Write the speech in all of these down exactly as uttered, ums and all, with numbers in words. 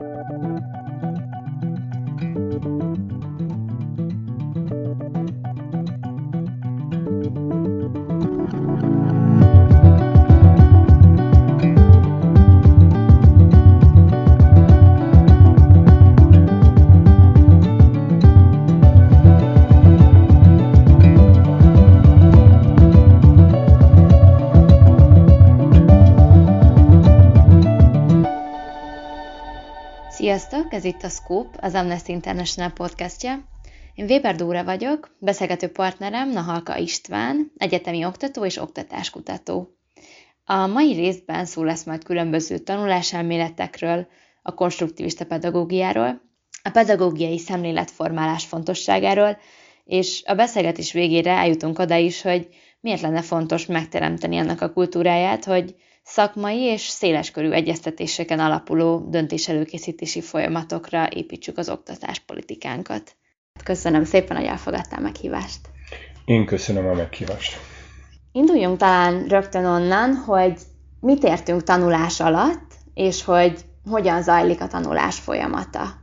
Sziasztok, ez itt a Scoop, az Amnesty International podcastja. Én Weber Dóra vagyok, beszélgető partnerem Nahalka István, egyetemi oktató és oktatáskutató. A mai részben szó lesz majd különböző tanuláselméletekről, a konstruktivista pedagógiáról, a pedagógiai szemléletformálás fontosságáról, és a beszélgetés végére eljutunk oda is, hogy miért lenne fontos megteremteni annak a kultúráját, hogy szakmai és széleskörű egyeztetéseken alapuló döntéselőkészítési folyamatokra építsük az oktatáspolitikánkat. Köszönöm szépen, hogy elfogadtál meghívást. Én köszönöm a meghívást. Induljunk talán rögtön onnan, hogy mit értünk tanulás alatt, és hogy hogyan zajlik a tanulás folyamata.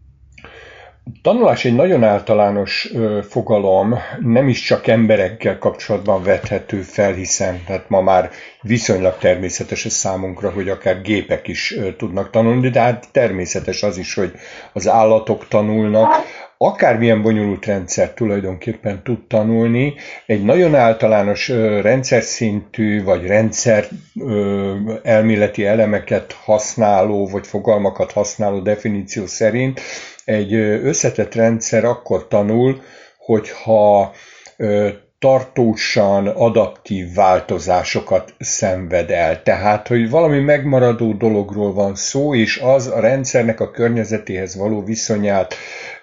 Tanulás egy nagyon általános ö, fogalom, nem is csak emberekkel kapcsolatban vethető fel, hiszen hát ma már viszonylag természetes a számunkra, hogy akár gépek is ö, tudnak tanulni, de hát természetes az is, hogy az állatok tanulnak. Akármilyen bonyolult rendszer tulajdonképpen tud tanulni, egy nagyon általános ö, rendszer szintű, vagy rendszer ö, elméleti elemeket használó, vagy fogalmakat használó definíció szerint egy összetett rendszer akkor tanul, hogyha ö, tartósan adaptív változásokat szenved el. Tehát, hogy valami megmaradó dologról van szó, és az a rendszernek a környezetéhez való viszonyát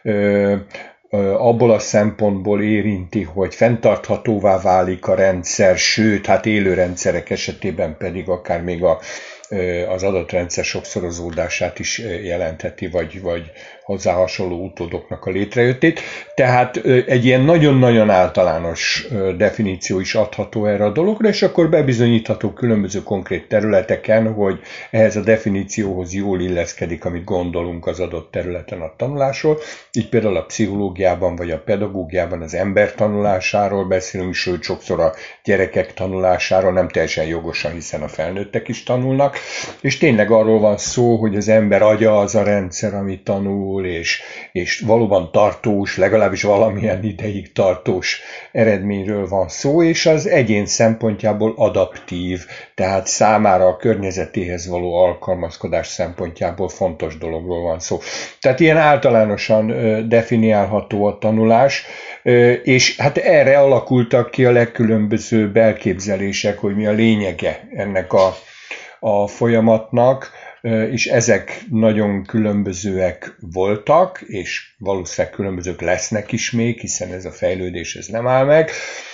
ö, ö, abból a szempontból érinti, hogy fenntarthatóvá válik a rendszer, sőt, hát élő rendszerek esetében pedig akár még a az adott rendszer sokszorozódását is jelentheti, vagy, vagy hozzá hasonló utódoknak a létrejöttét. Tehát egy ilyen nagyon-nagyon általános definíció is adható erre a dologra, és akkor bebizonyítható különböző konkrét területeken, hogy ehhez a definícióhoz jól illeszkedik, amit gondolunk az adott területen a tanulásról. Így például a pszichológiában vagy a pedagógiában az ember tanulásáról beszélünk, sőt sokszor a gyerekek tanulásáról, nem teljesen jogosan, hiszen a felnőttek is tanulnak. És tényleg arról van szó, hogy az ember agya az a rendszer, ami tanul, és, és valóban tartós, legalábbis valamilyen ideig tartós eredményről van szó, és az egyén szempontjából adaptív, tehát számára a környezetéhez való alkalmazkodás szempontjából fontos dologról van szó. Tehát ilyen általánosan definiálható a tanulás, és hát erre alakultak ki a legkülönbözőbb elképzelések, hogy mi a lényege ennek a a folyamatnak, és ezek nagyon különbözőek voltak, és valószínűleg különbözők lesznek is még, hiszen ez a fejlődés ez nem áll meg,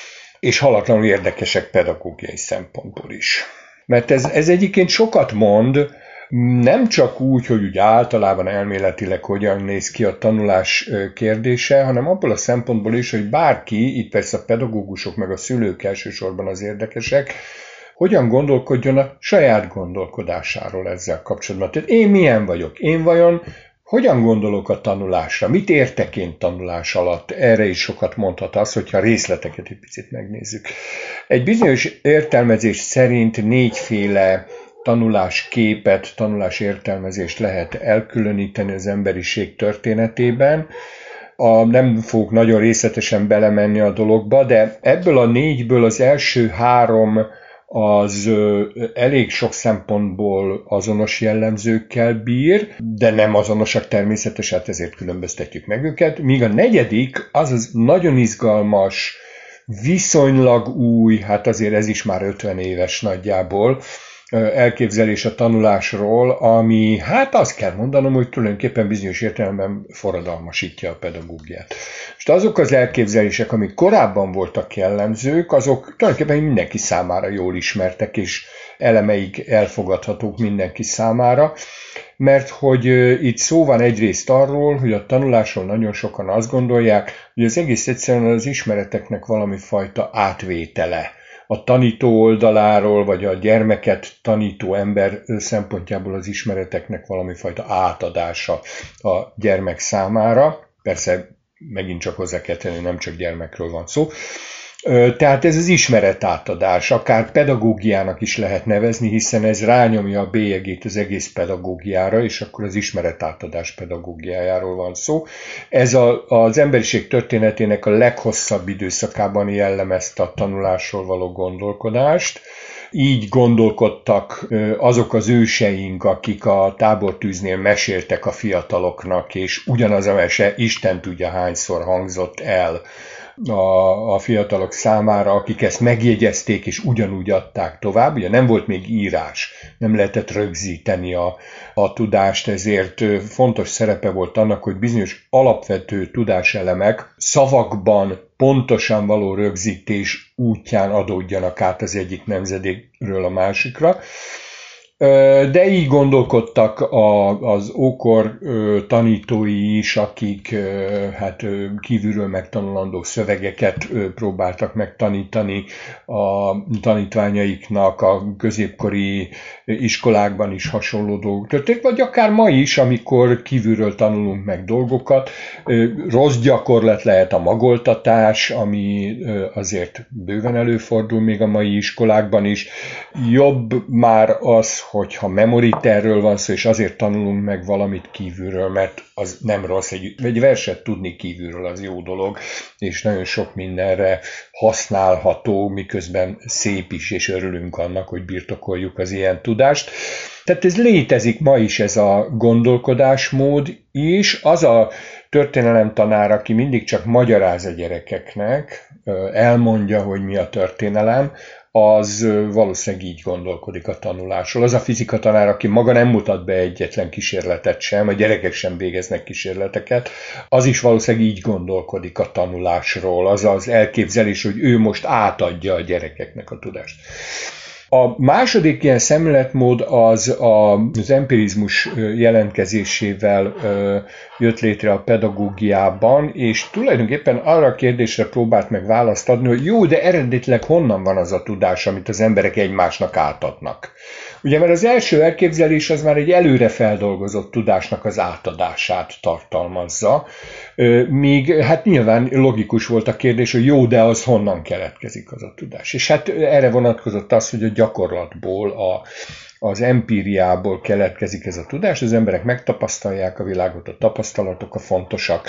és halatlanul érdekesek pedagógiai szempontból is. Mert ez, ez egyébként sokat mond, nem csak úgy, hogy úgy általában elméletileg hogyan néz ki a tanulás kérdése, hanem abból a szempontból is, hogy bárki, itt persze a pedagógusok meg a szülők elsősorban az érdekesek, hogyan gondolkodjon a saját gondolkodásáról ezzel kapcsolatban. Tehát én milyen vagyok? Én vajon hogyan gondolok a tanulásra? Mit értek én tanulás alatt? Erre is sokat mondhat az, hogyha részleteket egy picit megnézzük. Egy bizonyos értelmezés szerint négyféle tanulásképet, tanulásértelmezést lehet elkülöníteni az emberiség történetében. A, nem fogok nagyon részletesen belemenni a dologba, de ebből a négyből az első három az elég sok szempontból azonos jellemzőkkel bír, de nem azonosak természetesen, ezért különböztetjük meg őket. Míg a negyedik, az az nagyon izgalmas, viszonylag új, hát azért ez is már ötven éves nagyjából, elképzelés a tanulásról, ami, hát azt kell mondanom, hogy tulajdonképpen bizonyos értelemben forradalmasítja a pedagógiát. És azok az elképzelések, amik korábban voltak jellemzők, azok tulajdonképpen mindenki számára jól ismertek, és elemeig elfogadhatók mindenki számára, mert hogy itt szó van egyrészt arról, hogy a tanulásról nagyon sokan azt gondolják, hogy az egész egyszerűen az ismereteknek valami fajta átvétele, a tanító oldaláról, vagy a gyermeket tanító ember szempontjából az ismereteknek valami fajta átadása a gyermek számára. Persze megint csak hozzá kell tenni, nem csak gyermekről van szó. Tehát ez az ismeretátadás, akár pedagógiának is lehet nevezni, hiszen ez rányomja a bélyegét az egész pedagógiára, és akkor az ismeretátadás pedagógiájáról van szó. Ez a, az emberiség történetének a leghosszabb időszakában jellemezte a tanulásról való gondolkodást. Így gondolkodtak azok az őseink, akik a tábortűznél meséltek a fiataloknak, és ugyanaz a mese Isten tudja hányszor hangzott el a, a fiatalok számára, akik ezt megjegyezték és ugyanúgy adták tovább. Ugye nem volt még írás, nem lehetett rögzíteni a, a tudást, ezért fontos szerepe volt annak, hogy bizonyos alapvető tudáselemek szavakban pontosan való rögzítés útján adódjanak át az egyik nemzedékről a másikra. De így gondolkodtak az ókor tanítói is, akik hát kívülről megtanulandó szövegeket próbáltak megtanítani a tanítványaiknak, a középkori iskolákban is hasonló dolgok történik, vagy akár ma is, amikor kívülről tanulunk meg dolgokat. Rossz gyakorlat lehet a magoltatás, ami azért bőven előfordul még a mai iskolákban is. Jobb már az, hogyha memoriterről van szó, és azért tanulunk meg valamit kívülről, mert az nem rossz. Egy, egy verset tudni kívülről az jó dolog, és nagyon sok mindenre használható, miközben szép is, és örülünk annak, hogy birtokoljuk az ilyen tudást. Tehát ez létezik ma is, ez a gondolkodásmód is. Az a történelemtanár, aki mindig csak magyaráz a gyerekeknek, elmondja, hogy mi a történelem, az valószínűleg így gondolkodik a tanulásról. Az a fizikatanár, aki maga nem mutat be egyetlen kísérletet sem, a gyerekek sem végeznek kísérleteket, az is valószínűleg így gondolkodik a tanulásról. Az az elképzelés, hogy ő most átadja a gyerekeknek a tudást. A második ilyen szemléletmód az az empirizmus jelentkezésével jött létre a pedagógiában, és tulajdonképpen arra a kérdésre próbált meg választ adni, hogy jó, de eredetileg honnan van az a tudás, amit az emberek egymásnak átadnak. Ugye, mert az első elképzelés az már egy előre feldolgozott tudásnak az átadását tartalmazza, míg hát nyilván logikus volt a kérdés, hogy jó, de az honnan keletkezik az a tudás. És hát erre vonatkozott az, hogy a gyakorlatból, a, az empíriából keletkezik ez a tudás, az emberek megtapasztalják a világot, a tapasztalatok a fontosak,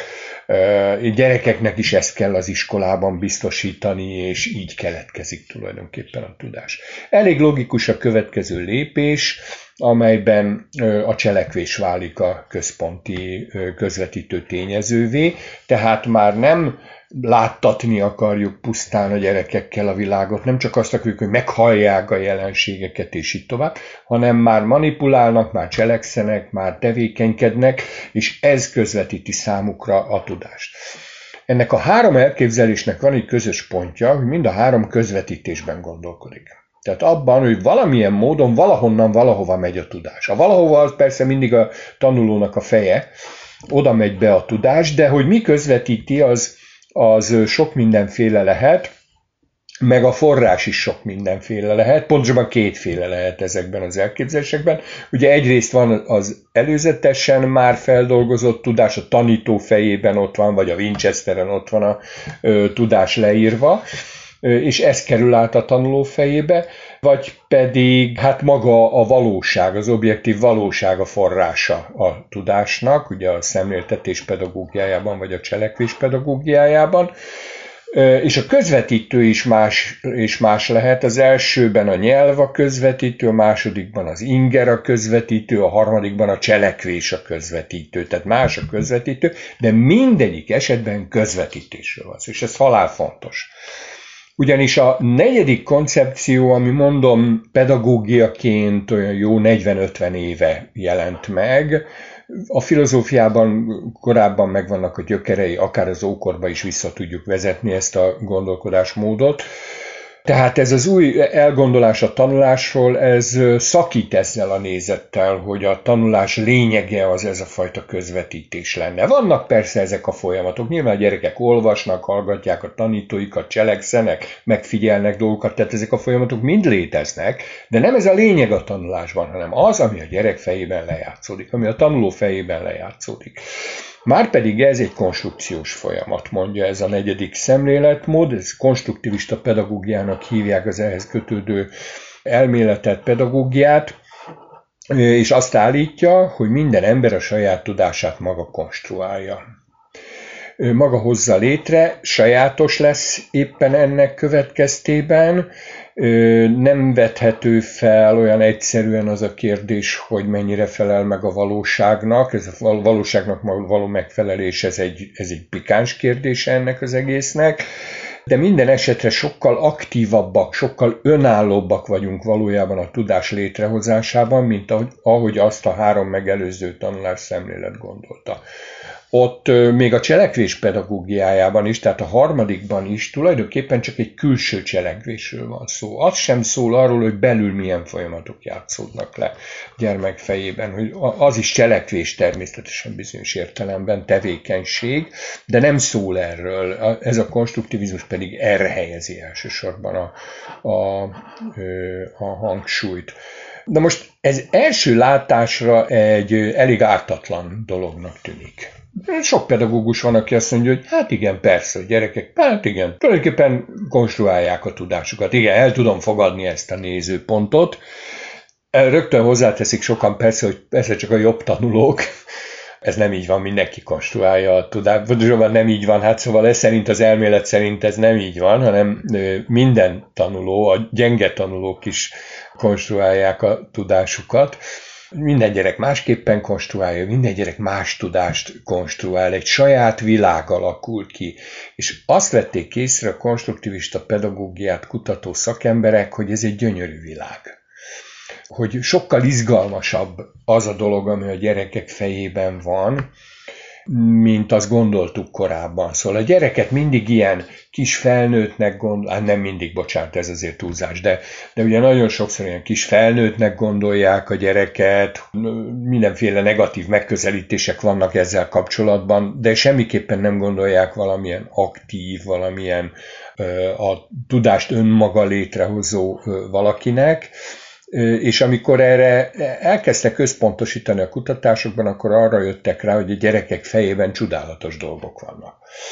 gyerekeknek is ezt kell az iskolában biztosítani, és így keletkezik tulajdonképpen a tudás. Elég logikus a következő lépés, amelyben a cselekvés válik a központi közvetítő tényezővé, tehát már nem láttatni akarjuk pusztán a gyerekekkel a világot, nem csak azt akarjuk, hogy meghallják a jelenségeket és így tovább, hanem már manipulálnak, már cselekszenek, már tevékenykednek, és ez közvetíti számukra a tudást. Ennek a három elképzelésnek van egy közös pontja, hogy mind a három közvetítésben gondolkodik. Tehát abban, hogy valamilyen módon valahonnan valahova megy a tudás. A valahova az persze mindig a tanulónak a feje, oda megy be a tudás, de hogy mi közvetíti, az, az sok mindenféle lehet, meg a forrás is sok mindenféle lehet, pontosabban kétféle lehet ezekben az elképzelésekben. Ugye egyrészt van az előzetesen már feldolgozott tudás, a tanító fejében ott van, vagy a Winchesteren ott van a ö, tudás leírva, és ez kerül át a tanuló fejébe, vagy pedig hát maga a valóság, az objektív valóság a forrása a tudásnak, ugye a szemléltetés pedagógiájában, vagy a cselekvés pedagógiájában, és a közvetítő is más, és más lehet. Az elsőben a nyelv a közvetítő, a másodikban az inger a közvetítő, a harmadikban a cselekvés a közvetítő, tehát más a közvetítő, de mindegyik esetben közvetítésről van szó, és ez halál fontos. Ugyanis a negyedik koncepció, ami mondom pedagógiaként olyan jó negyven-ötven éve jelent meg, a filozófiában korábban megvannak a gyökerei, akár az ókorba is vissza tudjuk vezetni ezt a gondolkodásmódot. Tehát ez az új elgondolás a tanulásról, ez szakít ezzel a nézettel, hogy a tanulás lényege az ez a fajta közvetítés lenne. Vannak persze ezek a folyamatok, nyilván a gyerekek olvasnak, hallgatják a tanítóikat, cselekszenek, megfigyelnek dolgokat, tehát ezek a folyamatok mind léteznek, de nem ez a lényeg a tanulásban, hanem az, ami a gyerek fejében lejátszódik, ami a tanuló fejében lejátszódik. Márpedig ez egy konstrukciós folyamat, mondja ez a negyedik szemléletmód, ez konstruktivista pedagógiának hívják az ehhez kötődő elméletet, pedagógiát, és azt állítja, hogy minden ember a saját tudását maga konstruálja. Maga hozza létre, sajátos lesz éppen ennek következtében, nem vethető fel olyan egyszerűen az a kérdés, hogy mennyire felel meg a valóságnak. Ez a valóságnak való megfelelés, ez egy, ez egy pikáns kérdés ennek az egésznek, de minden esetre sokkal aktívabbak, sokkal önállóbbak vagyunk valójában a tudás létrehozásában, mint ahogy, ahogy azt a három megelőző tanulás szemlélet gondolta. Ott még a cselekvés pedagógiájában is, tehát a harmadikban is tulajdonképpen csak egy külső cselekvésről van szó. Az sem szól arról, hogy belül milyen folyamatok játszódnak le gyermek fejében, hogy az is cselekvés természetesen bizonyos értelemben, tevékenység, de nem szól erről. Ez a konstruktivizmus pedig erre helyezi elsősorban a, a, a hangsúlyt. De most ez első látásra egy elég ártatlan dolognak tűnik. Sok pedagógus van, aki azt mondja, hogy hát igen, persze, a gyerekek, hát igen, tulajdonképpen konstruálják a tudásukat. Igen, el tudom fogadni ezt a nézőpontot. Rögtön hozzáteszik sokan persze, hogy persze csak a jobb tanulók. Ez nem így van, mindenki konstruálja a tudást. Vagy nem így van, hát szóval ez szerint, az elmélet szerint ez nem így van, hanem minden tanuló, a gyenge tanulók is konstruálják a tudásukat. Minden gyerek másképpen konstruálja, minden gyerek más tudást konstruál, egy saját világ alakul ki. És azt vették észre a konstruktivista pedagógiát kutató szakemberek, hogy ez egy gyönyörű világ. Hogy sokkal izgalmasabb az a dolog, ami a gyerekek fejében van, mint azt gondoltuk korábban. Szóval a gyereket mindig ilyen kis felnőttnek gondolják, nem mindig, bocsánat, ez azért túlzás, de, de ugye nagyon sokszor ilyen kis felnőttnek gondolják a gyereket, mindenféle negatív megközelítések vannak ezzel kapcsolatban, de semmiképpen nem gondolják valamilyen aktív, valamilyen a tudást önmaga létrehozó valakinek. És amikor erre elkezdtek központosítani a kutatásokban, akkor arra jöttek rá, hogy a gyerekek fejében csodálatos dolgok vannak.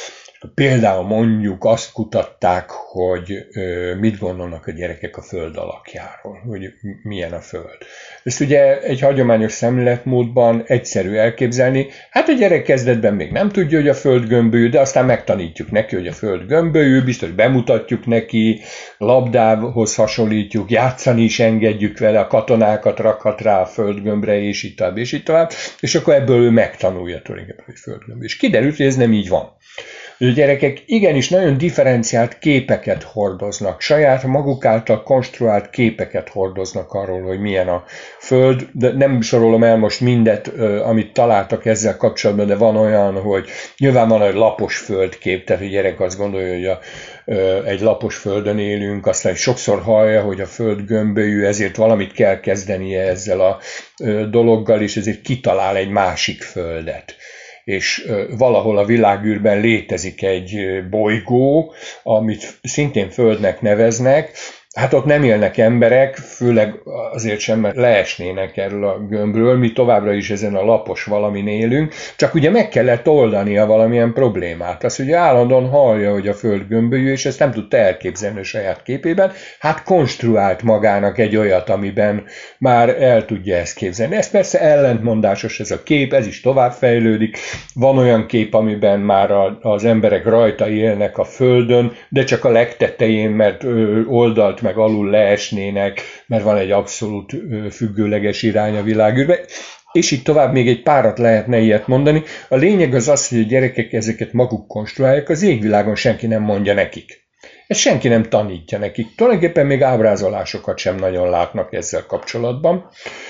Például mondjuk azt kutatták, hogy mit gondolnak a gyerekek a Föld alakjáról, hogy milyen a Föld. Ezt ugye egy hagyományos szemléletmódban egyszerű elképzelni. Hát a gyerek kezdetben még nem tudja, hogy a Föld gömbölyű, de aztán megtanítjuk neki, hogy a Föld gömbölyű, biztos bemutatjuk neki, labdához hasonlítjuk, játszani is engedjük vele, a katonákat rakhat rá a földgömbre, és így tovább, és így tovább, és akkor ebből ő megtanulja tulajdonképpen, hogy földgömb. És kiderült, hogy ez nem így van. A gyerekek igenis nagyon differenciált képeket hordoznak, saját maguk által konstruált képeket hordoznak arról, hogy milyen a Föld, de nem sorolom el most mindet, amit találtak ezzel kapcsolatban, de van olyan, hogy nyilván van egy lapos földkép, tehát a gyerek azt gondolja, hogy a, egy lapos földön élünk, aztán sokszor hallja, hogy a Föld gömbölyű, ezért valamit kell kezdenie ezzel a dologgal, és ezért kitalál egy másik földet. És valahol a világűrben létezik egy bolygó, amit szintén Földnek neveznek, hát ott nem élnek emberek, főleg azért sem, mert leesnének erről a gömbről, mi továbbra is ezen a lapos valamin élünk, csak ugye meg kellett oldania valamilyen problémát. Azt ugye állandóan hallja, hogy a Föld gömbölyű, és ezt nem tudta elképzelni a saját képében, hát konstruált magának egy olyat, amiben már el tudja ezt képzelni. Ez persze ellentmondásos ez a kép, ez is továbbfejlődik. Van olyan kép, amiben már az emberek rajta élnek a Földön, de csak a legtetején, mert oldalt meg alul leesnének, mert van egy abszolút függőleges irány a világűrbe, és így tovább még egy párat lehetne ilyet mondani. A lényeg az az, hogy a gyerekek ezeket maguk konstruálják, az égvilágon senki nem mondja nekik. Ezt senki nem tanítja nekik. Tulajdonképpen még ábrázolásokat sem nagyon látnak ezzel kapcsolatban.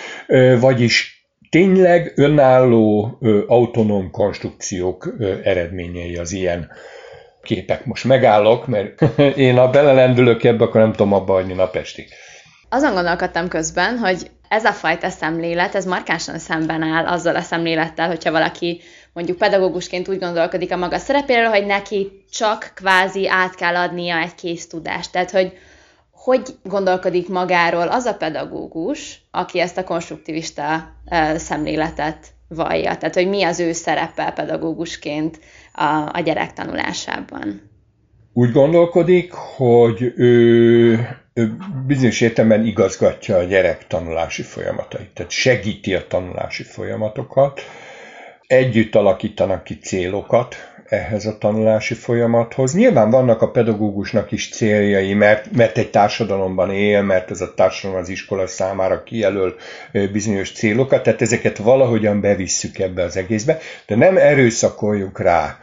Vagyis tényleg önálló, autonóm konstrukciók eredményei az ilyen képek. Most megállok, mert én ha belelendülök ebbe, akkor nem tudom abba hagyni napestig. Azon gondolkodtam közben, hogy ez a fajta szemlélet, ez markánsan szemben áll azzal a szemlélettel, hogyha valaki mondjuk pedagógusként úgy gondolkodik a maga szerepéről, hogy neki csak kvázi át kell adnia egy kész tudást. Tehát, hogy hogy gondolkodik magáról az a pedagógus, aki ezt a konstruktivista szemléletet vallja? Tehát, hogy mi az ő szerepe pedagógusként a, a gyerek tanulásában? Úgy gondolkodik, hogy ő, ő bizonyos értelemben igazgatja a gyerek tanulási folyamatait, tehát segíti a tanulási folyamatokat, együtt alakítanak ki célokat ehhez a tanulási folyamathoz. Nyilván vannak a pedagógusnak is céljai, mert, mert egy társadalomban él, mert ez a társadalom az iskola számára kijelöl bizonyos célokat, tehát ezeket valahogyan bevisszük ebbe az egészbe, de nem erőszakoljuk rá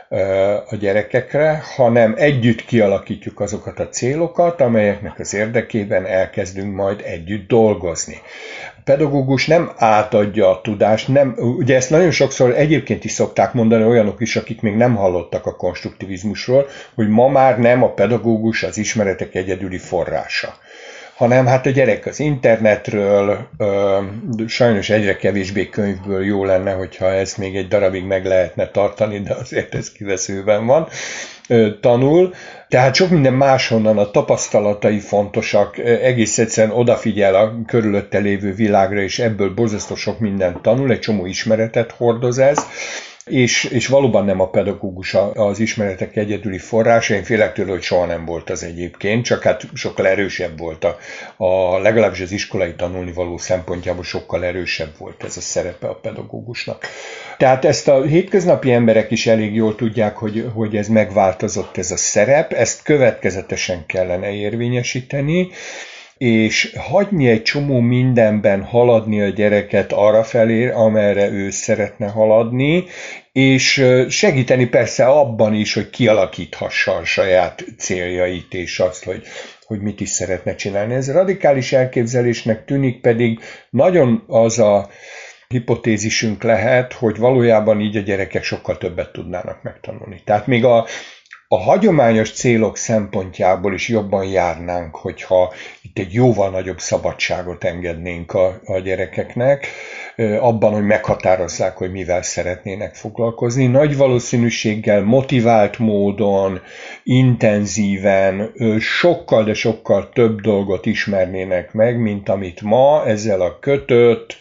a gyerekekre, hanem együtt kialakítjuk azokat a célokat, amelyeknek az érdekében elkezdünk majd együtt dolgozni. A pedagógus nem átadja a tudást, nem, ugye ezt nagyon sokszor egyébként is szokták mondani olyanok is, akik még nem hallottak a konstruktivizmusról, hogy ma már nem a pedagógus az ismeretek egyedüli forrása, hanem hát a gyerek az internetről, ö, sajnos egyre kevésbé könyvből jó lenne, hogyha ezt még egy darabig meg lehetne tartani, de azért ez kiveszőben van, ö, tanul. Tehát sok minden máshonnan, a tapasztalatai fontosak, egész egyszerűen odafigyel a körülötte lévő világra, és ebből borzasztó sok mindent tanul, egy csomó ismeretet hordoz ez. És, és valóban nem a pedagógus az ismeretek egyedüli forrása, én félek tőle, hogy soha nem volt az egyébként, csak hát sokkal erősebb volt, a, a legalábbis az iskolai tanulnivaló szempontjából sokkal erősebb volt ez a szerepe a pedagógusnak. Tehát ezt a hétköznapi emberek is elég jól tudják, hogy, hogy ez megváltozott ez a szerep, ezt következetesen kellene érvényesíteni, és hagyni egy csomó mindenben haladni a gyereket arra felé, amerre ő szeretne haladni, és segíteni persze abban is, hogy kialakíthassa a saját céljait, és azt, hogy, hogy mit is szeretne csinálni. Ez radikális elképzelésnek tűnik, pedig nagyon az a hipotézisünk lehet, hogy valójában így a gyerekek sokkal többet tudnának megtanulni. Tehát még a A hagyományos célok szempontjából is jobban járnánk, hogyha itt egy jóval nagyobb szabadságot engednénk a, a gyerekeknek, abban, hogy meghatározzák, hogy mivel szeretnének foglalkozni. Nagy valószínűséggel motivált módon, intenzíven, sokkal, de sokkal több dolgot ismernének meg, mint amit ma ezzel a kötött,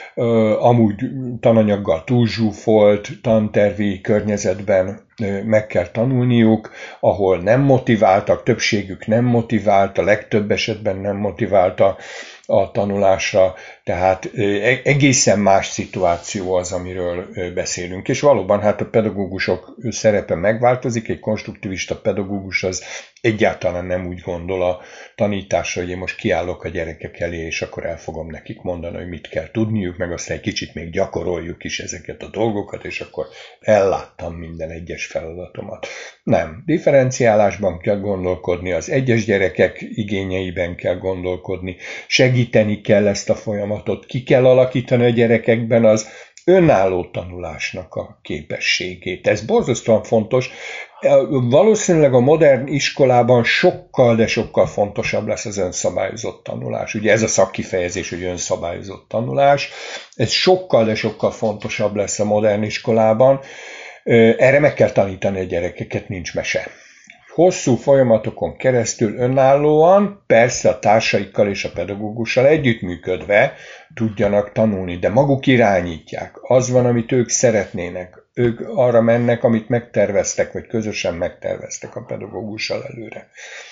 amúgy tananyaggal túlzsúfolt tantervi környezetben meg kell tanulniuk, ahol nem motiváltak, többségük nem motivált, a legtöbb esetben nem motiválta a tanulásra, tehát egészen más szituáció az, amiről beszélünk. És valóban hát a pedagógusok szerepe megváltozik, egy konstruktivista pedagógus az egyáltalán nem úgy gondol a tanításra, hogy én most kiállok a gyerekek elé, és akkor el fogom nekik mondani, hogy mit kell tudniuk, meg aztán egy kicsit még gyakoroljuk is ezeket a dolgokat, és akkor elláttam minden egyes feladatomat. Nem, differenciálásban kell gondolkodni, az egyes gyerekek igényeiben kell gondolkodni, segíteni kell ezt a folyamatot, ki kell alakítani a gyerekekben az önálló tanulásnak a képességét. Ez borzasztóan fontos. Valószínűleg a modern iskolában sokkal, de sokkal fontosabb lesz az önszabályozott tanulás. Ugye ez a szakkifejezés, hogy önszabályozott tanulás. Ez sokkal, de sokkal fontosabb lesz a modern iskolában. Erre meg kell tanítani a gyerekeket, nincs mese. Hosszú folyamatokon keresztül önállóan, persze a társaikkal és a pedagógussal együttműködve tudjanak tanulni, de maguk irányítják. Az van, amit ők szeretnének. Ők arra mennek, amit megterveztek, vagy közösen megterveztek a pedagógussal előre.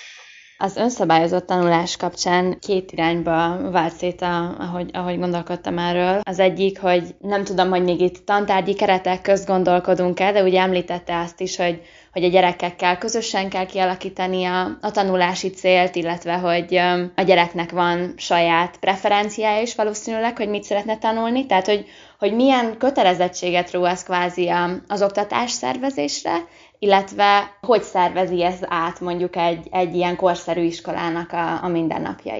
Az önszabályozott tanulás kapcsán két irányba vált szét, ahogy, ahogy gondolkodtam erről. Az egyik, hogy nem tudom, hogy még itt tantárgyi keretek közt gondolkodunk-e, de ugye említette azt is, hogy, hogy a gyerekekkel közösen kell kialakítani a, a tanulási célt, illetve hogy a gyereknek van saját preferenciája is valószínűleg, hogy mit szeretne tanulni. Tehát, hogy, hogy milyen kötelezettséget ró ez kvázi az oktatás szervezésre, illetve hogy szervezi ez át mondjuk egy, egy ilyen korszerű iskolának a, a mindennapjait?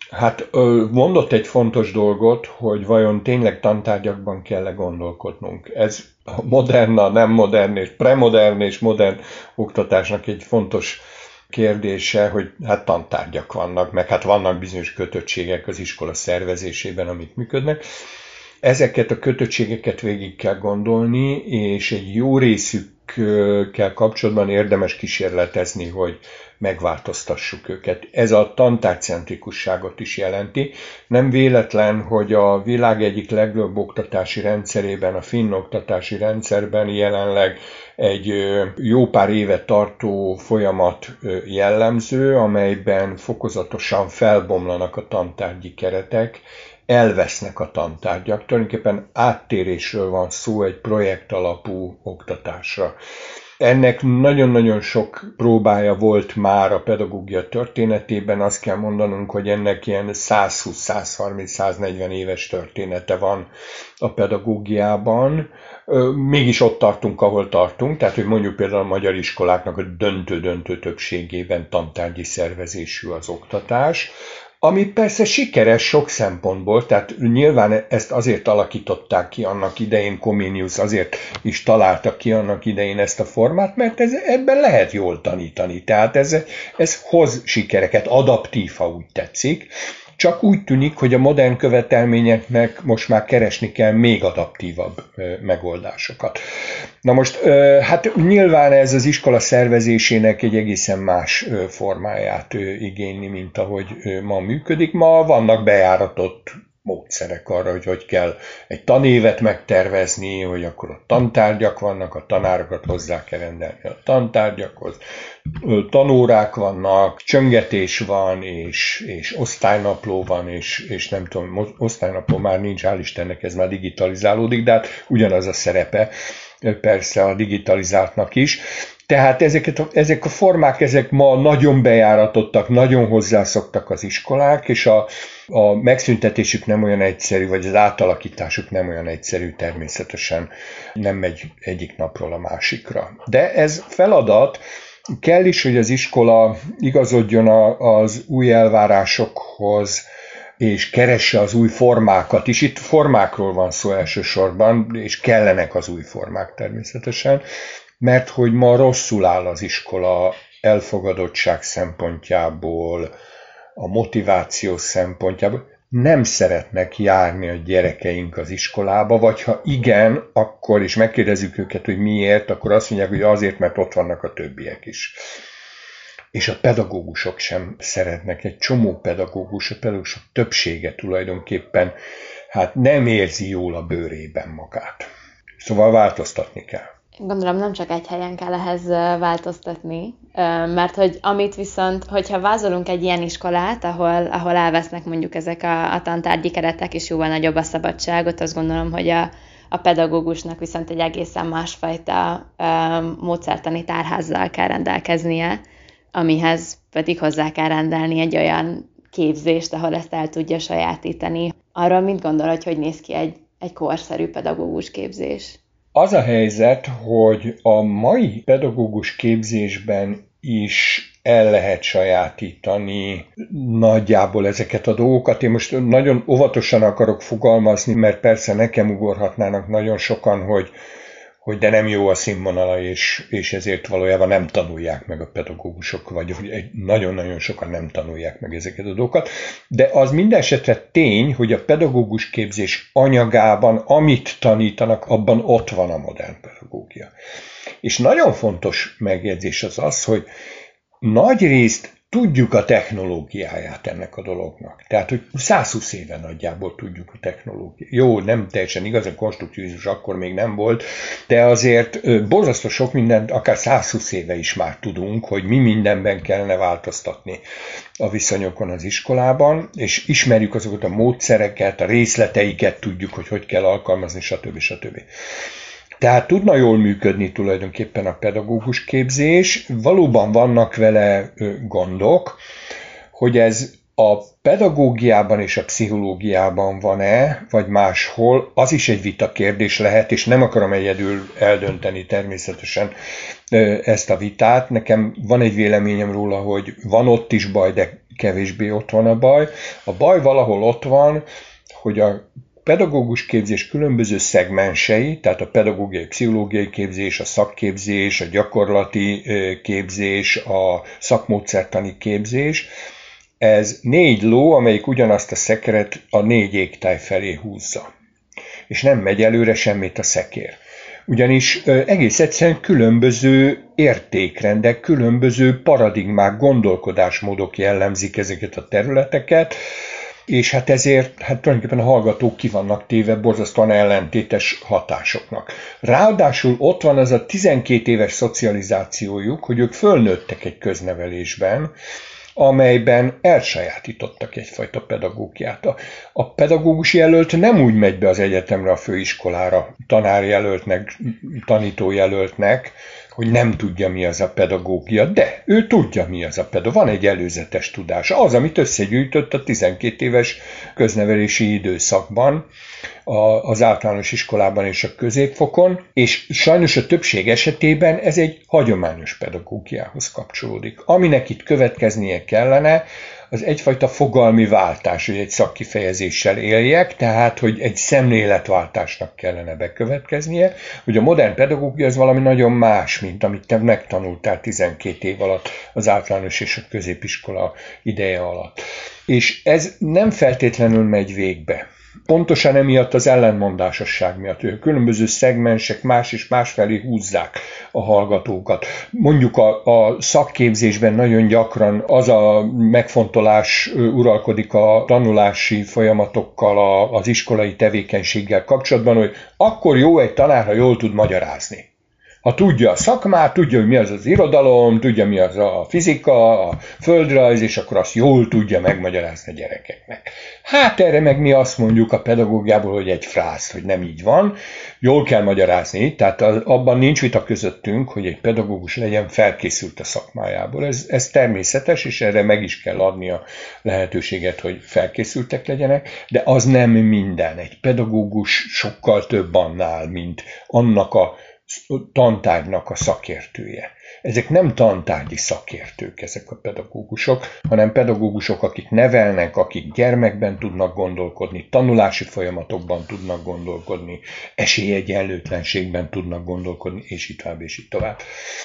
Hát mondott egy fontos dolgot, hogy vajon tényleg tantárgyakban kell-e gondolkodnunk. Ez a modern, a nem modern és premodern és modern oktatásnak egy fontos kérdése, hogy hát tantárgyak vannak, meg hát vannak bizonyos kötöttségek az iskola szervezésében, amik működnek. Ezeket a kötöttségeket végig kell gondolni, és egy jó részükkel kapcsolatban érdemes kísérletezni, hogy megváltoztassuk őket. Ez a tantárgycentrikusságot is jelenti. Nem véletlen, hogy a világ egyik legjobb oktatási rendszerében, a finn oktatási rendszerben jelenleg egy jó pár éve tartó folyamat jellemző, amelyben fokozatosan felbomlanak a tantárgyi keretek, elvesznek a tantárgyak. Tulajdonképpen áttérésről van szó egy projekt alapú oktatásra. Ennek nagyon-nagyon sok próbája volt már a pedagógia történetében, azt kell mondanunk, hogy ennek ilyen száz húsz, száz harminc, száz negyven éves története van a pedagógiában. Mégis ott tartunk, ahol tartunk, tehát hogy mondjuk például a magyar iskoláknak a döntő-döntő többségében tantárgyi szervezésű az oktatás, ami persze sikeres sok szempontból, tehát nyilván ezt azért alakították ki annak idején, Comenius azért is találta ki annak idején ezt a formát, mert ez, ebben lehet jól tanítani, tehát ez, ez hoz sikereket, adaptív, ha úgy tetszik. Csak úgy tűnik, hogy a modern követelményeknek most már keresni kell még adaptívabb megoldásokat. Na most, hát nyilván ez az iskola szervezésének egy egészen más formáját igényli, mint ahogy ma működik. Ma vannak bejáratott módszerek arra, hogy hogy kell egy tanévet megtervezni, hogy akkor a tantárgyak vannak, a tanárokat hozzá kell rendelni a tantárgyakhoz, tanórák vannak, csöngetés van, és, és osztálynapló van, és, és nem tudom, osztálynapló már nincs, hál' Istennek ez már digitalizálódik, de hát ugyanaz a szerepe persze a digitalizáltnak is. Tehát ezeket a, ezek a formák, ezek ma nagyon bejáratottak, nagyon hozzászoktak az iskolák, és a, a megszüntetésük nem olyan egyszerű, vagy az átalakításuk nem olyan egyszerű, természetesen nem megy egyik napról a másikra. De ez feladat, kell is, hogy az iskola igazodjon az új elvárásokhoz, és keresse az új formákat is. Itt formákról van szó elsősorban, és kellenek az új formák természetesen, mert hogy ma rosszul áll az iskola elfogadottság szempontjából, a motiváció szempontjából. Nem szeretnek járni a gyerekeink az iskolába, vagy ha igen, akkor is megkérdezzük őket, hogy miért, akkor azt mondják, hogy azért, mert ott vannak a többiek is. És a pedagógusok sem szeretnek, egy csomó pedagógus, a pedagógusok többsége tulajdonképpen hát nem érzi jól a bőrében magát. Szóval változtatni kell. Gondolom nem csak egy helyen kell ehhez változtatni, mert hogy amit viszont, hogyha vázolunk egy ilyen iskolát, ahol, ahol elvesznek mondjuk ezek a, a tantárgyi keretek, és jóval nagyobb a szabadságot, azt gondolom, hogy a, a pedagógusnak viszont egy egészen másfajta módszertani tárházzal kell rendelkeznie, amihez pedig hozzá kell rendelni egy olyan képzést, ahol ezt el tudja sajátítani. Arról mit gondol, hogy hogy néz ki egy, egy korszerű pedagógus képzés? Az a helyzet, hogy a mai pedagógus képzésben is el lehet sajátítani nagyjából ezeket a dolgokat. Én most nagyon óvatosan akarok fogalmazni, mert persze nekem ugorhatnának nagyon sokan, hogy, hogy de nem jó a színvonala, és, és ezért valójában nem tanulják meg a pedagógusok, vagy nagyon-nagyon sokan nem tanulják meg ezeket a dolgokat. De az minden esetre tény, hogy a pedagógus képzés anyagában, amit tanítanak, abban ott van a modern pedagógia. És nagyon fontos megjegyzés az az, hogy nagy részt tudjuk a technológiáját ennek a dolognak. Tehát, hogy száz húsz éve nagyjából tudjuk a technológiát. Jó, nem teljesen igaz, a konstruktivizmus akkor még nem volt, de azért borzasztó sok mindent, akár száz húsz éve is már tudunk, hogy mi mindenben kellene változtatni a viszonyokon az iskolában, és ismerjük azokat a módszereket, a részleteiket tudjuk, hogy hogy kell alkalmazni, stb. stb. Tehát tudna jól működni tulajdonképpen a pedagógus képzés, valóban vannak vele gondok, hogy ez A pedagógiában és a pszichológiában van-e, vagy máshol, az is egy vita kérdés lehet, és nem akarom egyedül eldönteni természetesen ezt a vitát. Nekem van egy véleményem róla, hogy van ott is baj, de kevésbé ott van a baj. A baj valahol ott van, hogy a pedagógus képzés különböző szegmensei, tehát a pedagógiai, pszichológiai képzés, a szakképzés, a gyakorlati képzés, a szakmódszertani képzés, ez négy ló, amelyik ugyanazt a szekeret a négy égtáj felé húzza. És nem megy előre semmit a szekér. Ugyanis egész egyszerűen különböző értékrendek, különböző paradigmák, gondolkodásmódok jellemzik ezeket a területeket, és hát ezért hát tulajdonképpen a hallgatók ki vannak téve borzasztóan ellentétes hatásoknak. Ráadásul ott van az a tizenkét éves szocializációjuk, hogy ők fölnőttek egy köznevelésben, amelyben elsajátítottak egyfajta pedagógiát. A, a pedagógus jelölt nem úgy megy be az egyetemre, a főiskolára, tanárjelöltnek, tanítójelöltnek, hogy nem tudja, mi az a pedagógia, de ő tudja, mi az a pedagógia. Van egy előzetes tudása. Az, amit összegyűjtött a tizenkét éves köznevelési időszakban, az általános iskolában és a középfokon, és sajnos a többség esetében ez egy hagyományos pedagógiához kapcsolódik. Aminek itt következnie kellene, az egyfajta fogalmi váltás, hogy egy szakkifejezéssel éljek, tehát, hogy egy szemléletváltásnak kellene bekövetkeznie, hogy a modern pedagógia az valami nagyon más, mint amit te megtanultál tizenkét év alatt az általános és a középiskola ideje alatt. És ez nem feltétlenül megy végbe. Pontosan emiatt az ellentmondásosság miatt, hogy a különböző szegmensek más és más felé húzzák a hallgatókat. Mondjuk a, a szakképzésben nagyon gyakran az a megfontolás uralkodik a tanulási folyamatokkal, a, az iskolai tevékenységgel kapcsolatban, hogy akkor jó egy tanár, ha jól tud magyarázni. Ha tudja a szakmát, tudja, hogy mi az az irodalom, tudja, mi az a fizika, a földrajz, és akkor azt jól tudja megmagyarázni a gyerekeknek. Hát erre meg mi azt mondjuk a pedagógiából, hogy egy frász, hogy nem így van. Jól kell magyarázni, tehát abban nincs vita közöttünk, hogy egy pedagógus legyen felkészült a szakmájából. Ez, ez természetes, és erre meg is kell adni a lehetőséget, hogy felkészültek legyenek, de az nem minden. Egy pedagógus sokkal több annál, mint annak a tantárgynak a szakértője. Ezek nem tantárgyi szakértők, ezek a pedagógusok, hanem pedagógusok, akik nevelnek, akik gyermekben tudnak gondolkodni, tanulási folyamatokban tudnak gondolkodni, esélyegyenlőtlenségben tudnak gondolkodni, és így tovább, és így tovább.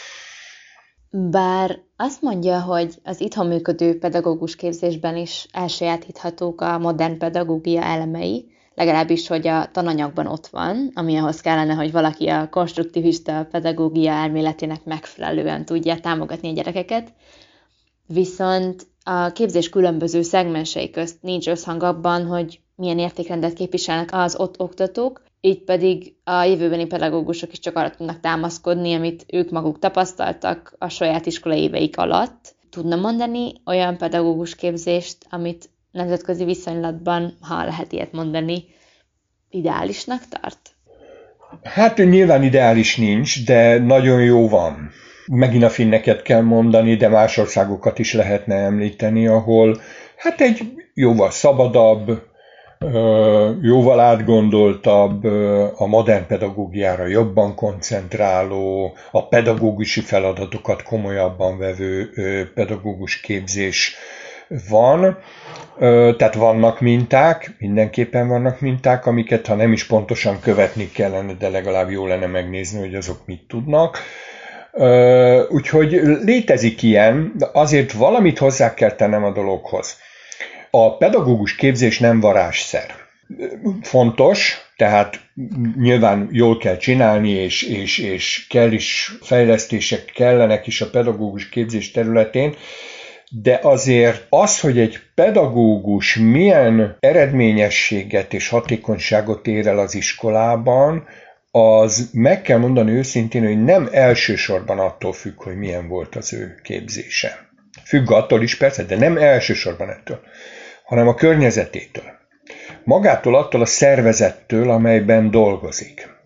Bár azt mondja, hogy az itthon működő pedagógus képzésben is elsajátíthatók a modern pedagógia elemei, legalábbis, hogy a tananyagban ott van, ami ahhoz kellene, hogy valaki a konstruktivista pedagógia elméletének megfelelően tudja támogatni a gyerekeket. Viszont a képzés különböző szegmensei közt nincs összhang abban, hogy milyen értékrendet képviselnek az ott oktatók, így pedig a jövőbeni pedagógusok is csak arra tudnak támaszkodni, amit ők maguk tapasztaltak a saját iskolai éveik alatt. Tudna mondani olyan pedagógus képzést, amit nemzetközi viszonylatban, ha lehet ilyet mondani, ideálisnak tart? Hát nyilván ideális nincs, de nagyon jó van. Megint a finneket kell mondani, de más országokat is lehetne említeni, ahol hát egy jóval szabadabb, jóval átgondoltabb, a modern pedagógiára jobban koncentráló, a pedagógusi feladatokat komolyabban vevő pedagógus képzés van. Tehát vannak minták, mindenképpen vannak minták, amiket ha nem is pontosan követni kellene, de legalább jó lenne megnézni, hogy azok mit tudnak. Úgyhogy létezik ilyen, de azért valamit hozzá kell tennem a dologhoz. A pedagógus képzés nem varázsszer. Fontos, tehát nyilván jól kell csinálni, és, és, és kell is, fejlesztések kellenek is a pedagógus képzés területén, de azért az, hogy egy pedagógus milyen eredményességet és hatékonyságot ér el az iskolában, az meg kell mondani őszintén, hogy nem elsősorban attól függ, hogy milyen volt az ő képzése. Függ attól is persze, de nem elsősorban ettől, hanem a környezetétől. Magától attól a szervezettől, amelyben dolgozik.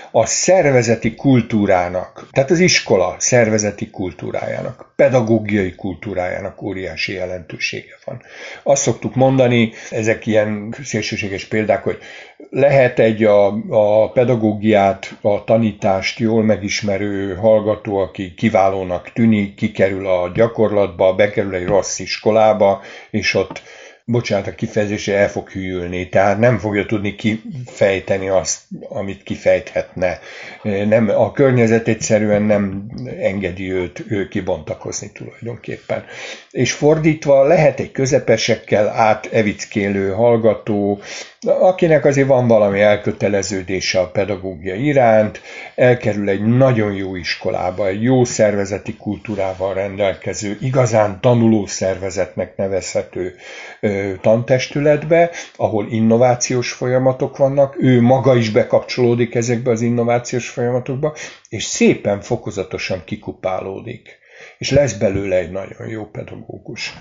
a szervezeti kultúrának, tehát az iskola szervezeti kultúrájának, pedagógiai kultúrájának óriási jelentősége van. Azt szoktuk mondani, ezek ilyen szélsőséges példák, hogy lehet egy a, a pedagógiát, a tanítást jól megismerő hallgató, aki kiválónak tűnik, kikerül a gyakorlatba, bekerül egy rossz iskolába, és ott bocsánat, a kifejezésre el fog hűlni, tehát nem fogja tudni kifejteni azt, amit kifejthetne. Nem, a környezet egyszerűen nem engedi őt ő kibontakozni tulajdonképpen. És fordítva lehet egy közepesekkel átevickélő hallgató, akinek azért van valami elköteleződése a pedagógia iránt, elkerül egy nagyon jó iskolába, egy jó szervezeti kultúrával rendelkező, igazán tanuló szervezetnek nevezhető ö, tantestületbe, ahol innovációs folyamatok vannak, ő maga is bekapcsolódik ezekbe az innovációs folyamatokba, és szépen fokozatosan kikupálódik, és lesz belőle egy nagyon jó pedagógus.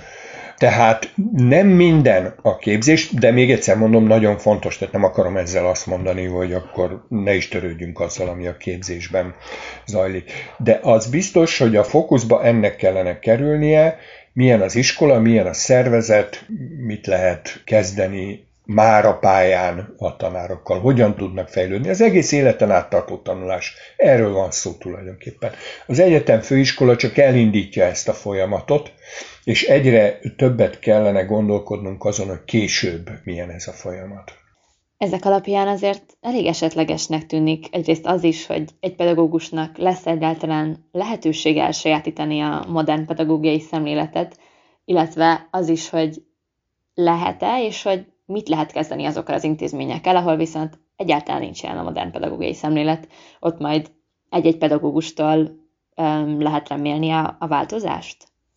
Tehát nem minden a képzés, de még egyszer mondom, nagyon fontos, tehát nem akarom ezzel azt mondani, hogy akkor ne is törődjünk azzal, ami a képzésben zajlik. De az biztos, hogy a fókuszba ennek kellene kerülnie, milyen az iskola, milyen a szervezet, mit lehet kezdeni már a pályán a tanárokkal, hogyan tudnak fejlődni. Az egész életen át tartó tanulás, erről van szó tulajdonképpen. Az egyetem főiskola csak elindítja ezt a folyamatot, és egyre többet kellene gondolkodnunk azon, hogy később milyen ez a folyamat. Ezek alapján azért elég esetlegesnek tűnik egyrészt az is, hogy egy pedagógusnak lesz egyáltalán lehetősége elsajátítani a modern pedagógiai szemléletet, illetve az is, hogy lehet-e, és hogy mit lehet kezdeni azokkal az intézményekkel, ahol viszont egyáltalán nincs jelen a modern pedagógiai szemlélet, ott majd egy-egy pedagógustól um, lehet remélni a, a változást?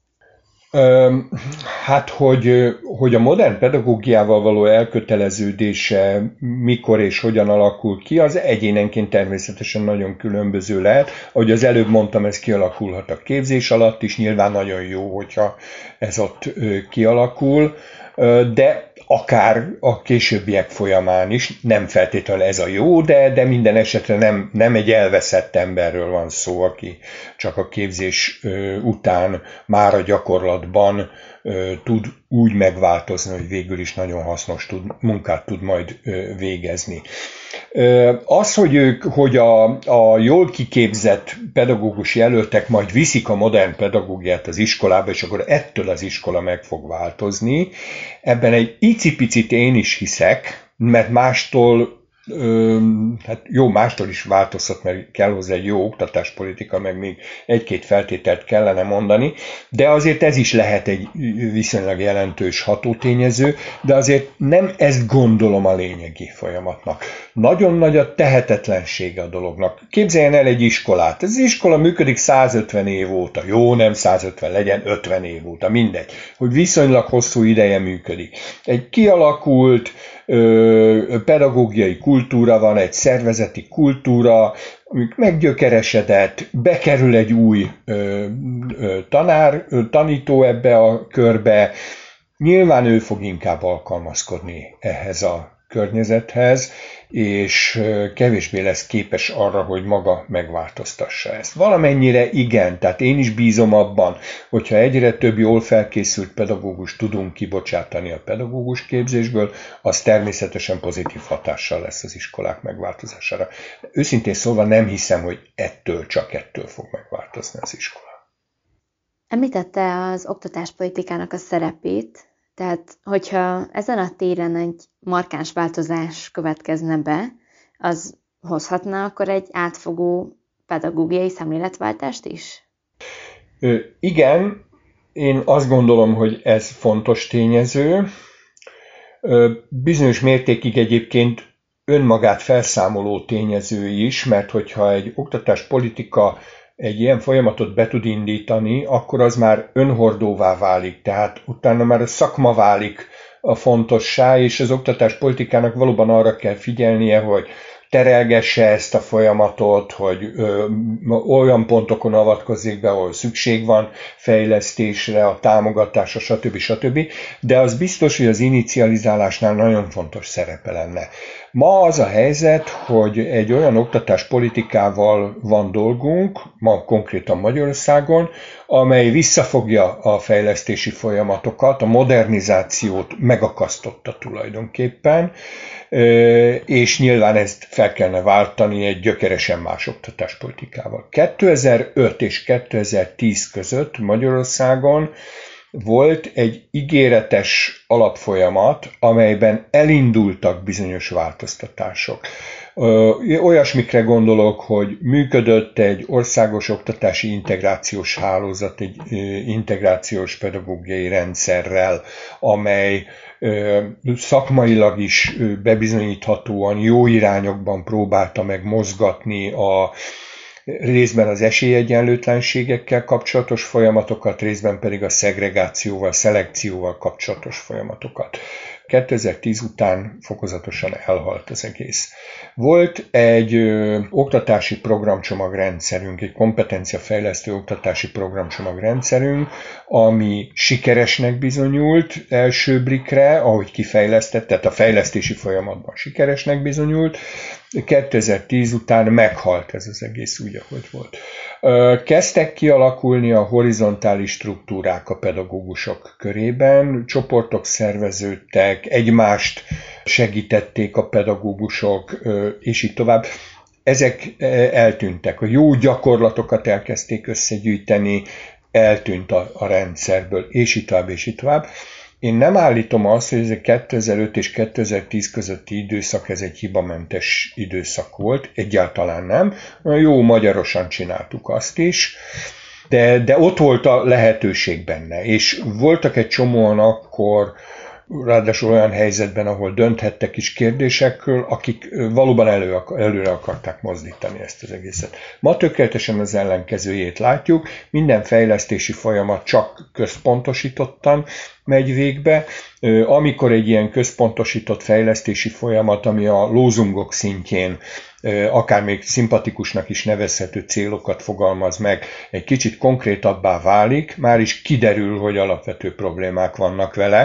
Hát, hogy, hogy a modern pedagógiával való elköteleződése mikor és hogyan alakul ki, az egyénenként természetesen nagyon különböző lehet. Ahogy az előbb mondtam, ez kialakulhat a képzés alatt is, nyilván nagyon jó, hogyha ez ott kialakul, de akár a későbbiek folyamán is, nem feltétlenül ez a jó, de, de minden esetre nem, nem egy elveszett emberről van szó, aki csak a képzés után már a gyakorlatban tud úgy megváltozni, hogy végül is nagyon hasznos tud, munkát tud majd végezni. Az, hogy ők, hogy a, a jól kiképzett pedagógus jelöltek majd viszik a modern pedagógiát az iskolába, és akkor ettől az iskola meg fog változni, ebben egy icipicit én is hiszek, mert mástól Ö, hát jó, mástól is változhat, mert kell hozzá egy jó oktatáspolitika, meg még egy-két feltételt kellene mondani, de azért ez is lehet egy viszonylag jelentős hatótényező, de azért nem ezt gondolom a lényegi folyamatnak. Nagyon nagy a tehetetlensége a dolognak. Képzeljen el egy iskolát. Ez az iskola működik százötven év óta. Jó, nem százötven, legyen ötven év óta, mindegy. Hogy viszonylag hosszú ideje működik. Egy kialakult ö, pedagógiai kultúra van, egy szervezeti kultúra, meggyökeresedett, bekerül egy új ö, ö, tanár, ö, tanító ebbe a körbe, nyilván ő fog inkább alkalmazkodni ehhez a környezethez, és kevésbé lesz képes arra, hogy maga megváltoztassa ezt. Valamennyire igen, tehát én is bízom abban, hogyha egyre több jól felkészült pedagógus tudunk kibocsátani a pedagógus képzésből, az természetesen pozitív hatással lesz az iskolák megváltozására. Őszintén szólva nem hiszem, hogy ettől, csak ettől fog megváltozni az iskola. Említette az oktatáspolitikának a szerepét, tehát, hogyha ezen a téren egy markáns változás következne be, az hozhatna akkor egy átfogó pedagógiai szemléletváltást is? Ö, igen, én azt gondolom, hogy ez fontos tényező. Ö, bizonyos mértékig egyébként önmagát felszámoló tényező is, mert hogyha egy oktatáspolitika egy ilyen folyamatot be tud indítani, akkor az már önhordóvá válik, tehát utána már a szakma válik a fontossá, és az oktatáspolitikának valóban arra kell figyelnie, hogy terelgesse ezt a folyamatot, hogy ö, olyan pontokon avatkozik be, ahol szükség van fejlesztésre, a támogatásra, stb. stb. De az biztos, hogy az inicializálásnál nagyon fontos szerepe lenne. Ma az a helyzet, hogy egy olyan oktatáspolitikával van dolgunk, ma konkrétan Magyarországon, amely visszafogja a fejlesztési folyamatokat, a modernizációt megakasztotta tulajdonképpen, és nyilván ezt fel kellene váltani egy gyökeresen más oktatáspolitikával. kétezer-öt és kétezer-tíz között Magyarországon volt egy ígéretes alapfolyamat, amelyben elindultak bizonyos változtatások. Olyasmikre gondolok, hogy működött egy országos oktatási integrációs hálózat, egy integrációs pedagógiai rendszerrel, amely szakmailag is bebizonyíthatóan jó irányokban próbálta meg mozgatni a részben az esélyegyenlőtlenségekkel kapcsolatos folyamatokat, részben pedig a szegregációval, szelekcióval kapcsolatos folyamatokat. kétezer-tíz után fokozatosan elhalt az egész. Volt egy ö, oktatási programcsomag-rendszerünk, egy kompetenciafejlesztő oktatási programcsomag-rendszerünk, ami sikeresnek bizonyult első blikre, ahogy kifejlesztett, tehát a fejlesztési folyamatban sikeresnek bizonyult. kétezer-tíz után meghalt ez az egész úgy, ahogy volt. Kezdtek kialakulni a horizontális struktúrák a pedagógusok körében, csoportok szerveződtek, egymást segítették a pedagógusok, és így tovább. Ezek eltűntek, a jó gyakorlatokat elkezdték összegyűjteni, eltűnt a, a rendszerből, és így tovább, és így tovább. Én nem állítom azt, hogy ez a kétezer-öt és kétezer-tíz közötti időszak, ez egy hibamentes időszak volt, egyáltalán nem. Jó magyarosan csináltuk azt is, de, de ott volt a lehetőség benne, és voltak egy csomóan akkor, ráadásul olyan helyzetben, ahol dönthettek is kérdésekről, akik valóban elő, előre akarták mozdítani ezt az egészet. Ma tökéletesen az ellenkezőjét látjuk, minden fejlesztési folyamat csak központosítottan megy végbe. Amikor egy ilyen központosított fejlesztési folyamat, ami a lózungok szintjén akár még szimpatikusnak is nevezhető célokat fogalmaz meg, egy kicsit konkrétabbá válik, már is kiderül, hogy alapvető problémák vannak vele,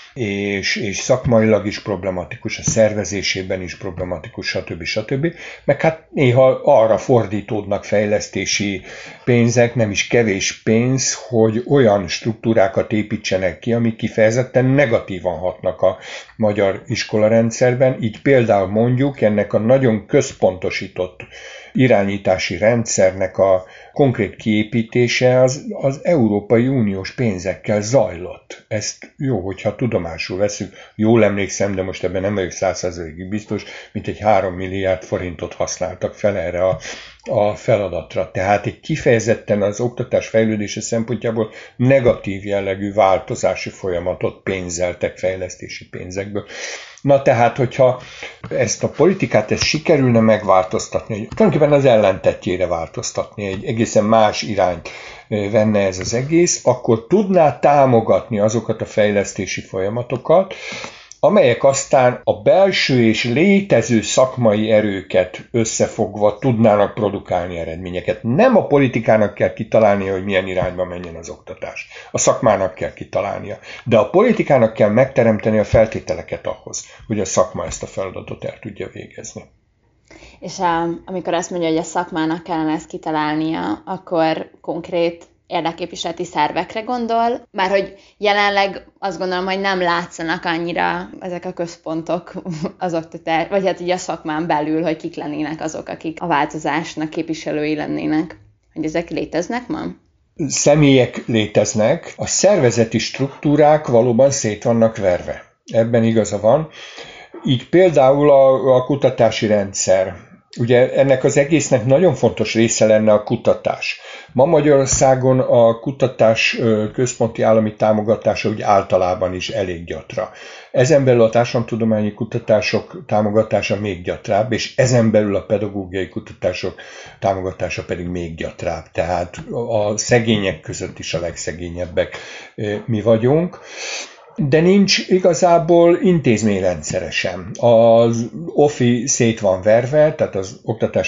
És, és szakmailag is problematikus, a szervezésében is problematikus, stb. stb. Meg hát néha arra fordítódnak fejlesztési pénzek, nem is kevés pénz, hogy olyan struktúrákat építsenek ki, amik kifejezetten negatívan hatnak a magyar iskolarendszerben. Így például mondjuk ennek a nagyon központosított irányítási rendszernek a konkrét kiépítése az, az Európai Uniós pénzekkel zajlott. Ezt jó, hogyha tudomásul veszünk, jól emlékszem, de most ebben nem vagyok száz százalékig biztos, mint egy három milliárd forintot használtak fel erre a, a feladatra. Tehát egy kifejezetten az oktatás fejlődése szempontjából negatív jellegű változási folyamatot pénzeltek fejlesztési pénzekből. Na tehát, hogyha ezt a politikát ezt sikerülne megváltoztatni, hogy tulajdonképpen az ellentetjére változtatni, egy egészen más irányt venne ez az egész, akkor tudná támogatni azokat a fejlesztési folyamatokat, amelyek aztán a belső és létező szakmai erőket összefogva tudnának produkálni eredményeket. Nem a politikának kell kitalálnia, hogy milyen irányba menjen az oktatás. A szakmának kell kitalálnia. De a politikának kell megteremteni a feltételeket ahhoz, hogy a szakma ezt a feladatot el tudja végezni. És amikor azt mondja, hogy a szakmának kellene ezt kitalálnia, akkor konkrét érdekképviseleti szervekre gondol, már hogy jelenleg azt gondolom, hogy nem látszanak annyira ezek a központok az oktatás, vagy hát ugye a szakmán belül, hogy kik lennének azok, akik a változásnak képviselői lennének. Hogy ezek léteznek ma? Személyek léteznek, a szervezeti struktúrák valóban szét vannak verve. Ebben igaza van. Így például a, a kutatási rendszer. Ugye ennek az egésznek nagyon fontos része lenne a kutatás. Ma Magyarországon a kutatás központi állami támogatása úgy általában is elég gyatra. Ezen belül a társadalomtudományi kutatások támogatása még gyatrább, és ezen belül a pedagógiai kutatások támogatása pedig még gyatrább. Tehát a szegények között is a legszegényebbek mi vagyunk. De nincs igazából intézményrendszere sem. Az o ef i szét van verve, tehát az oktatás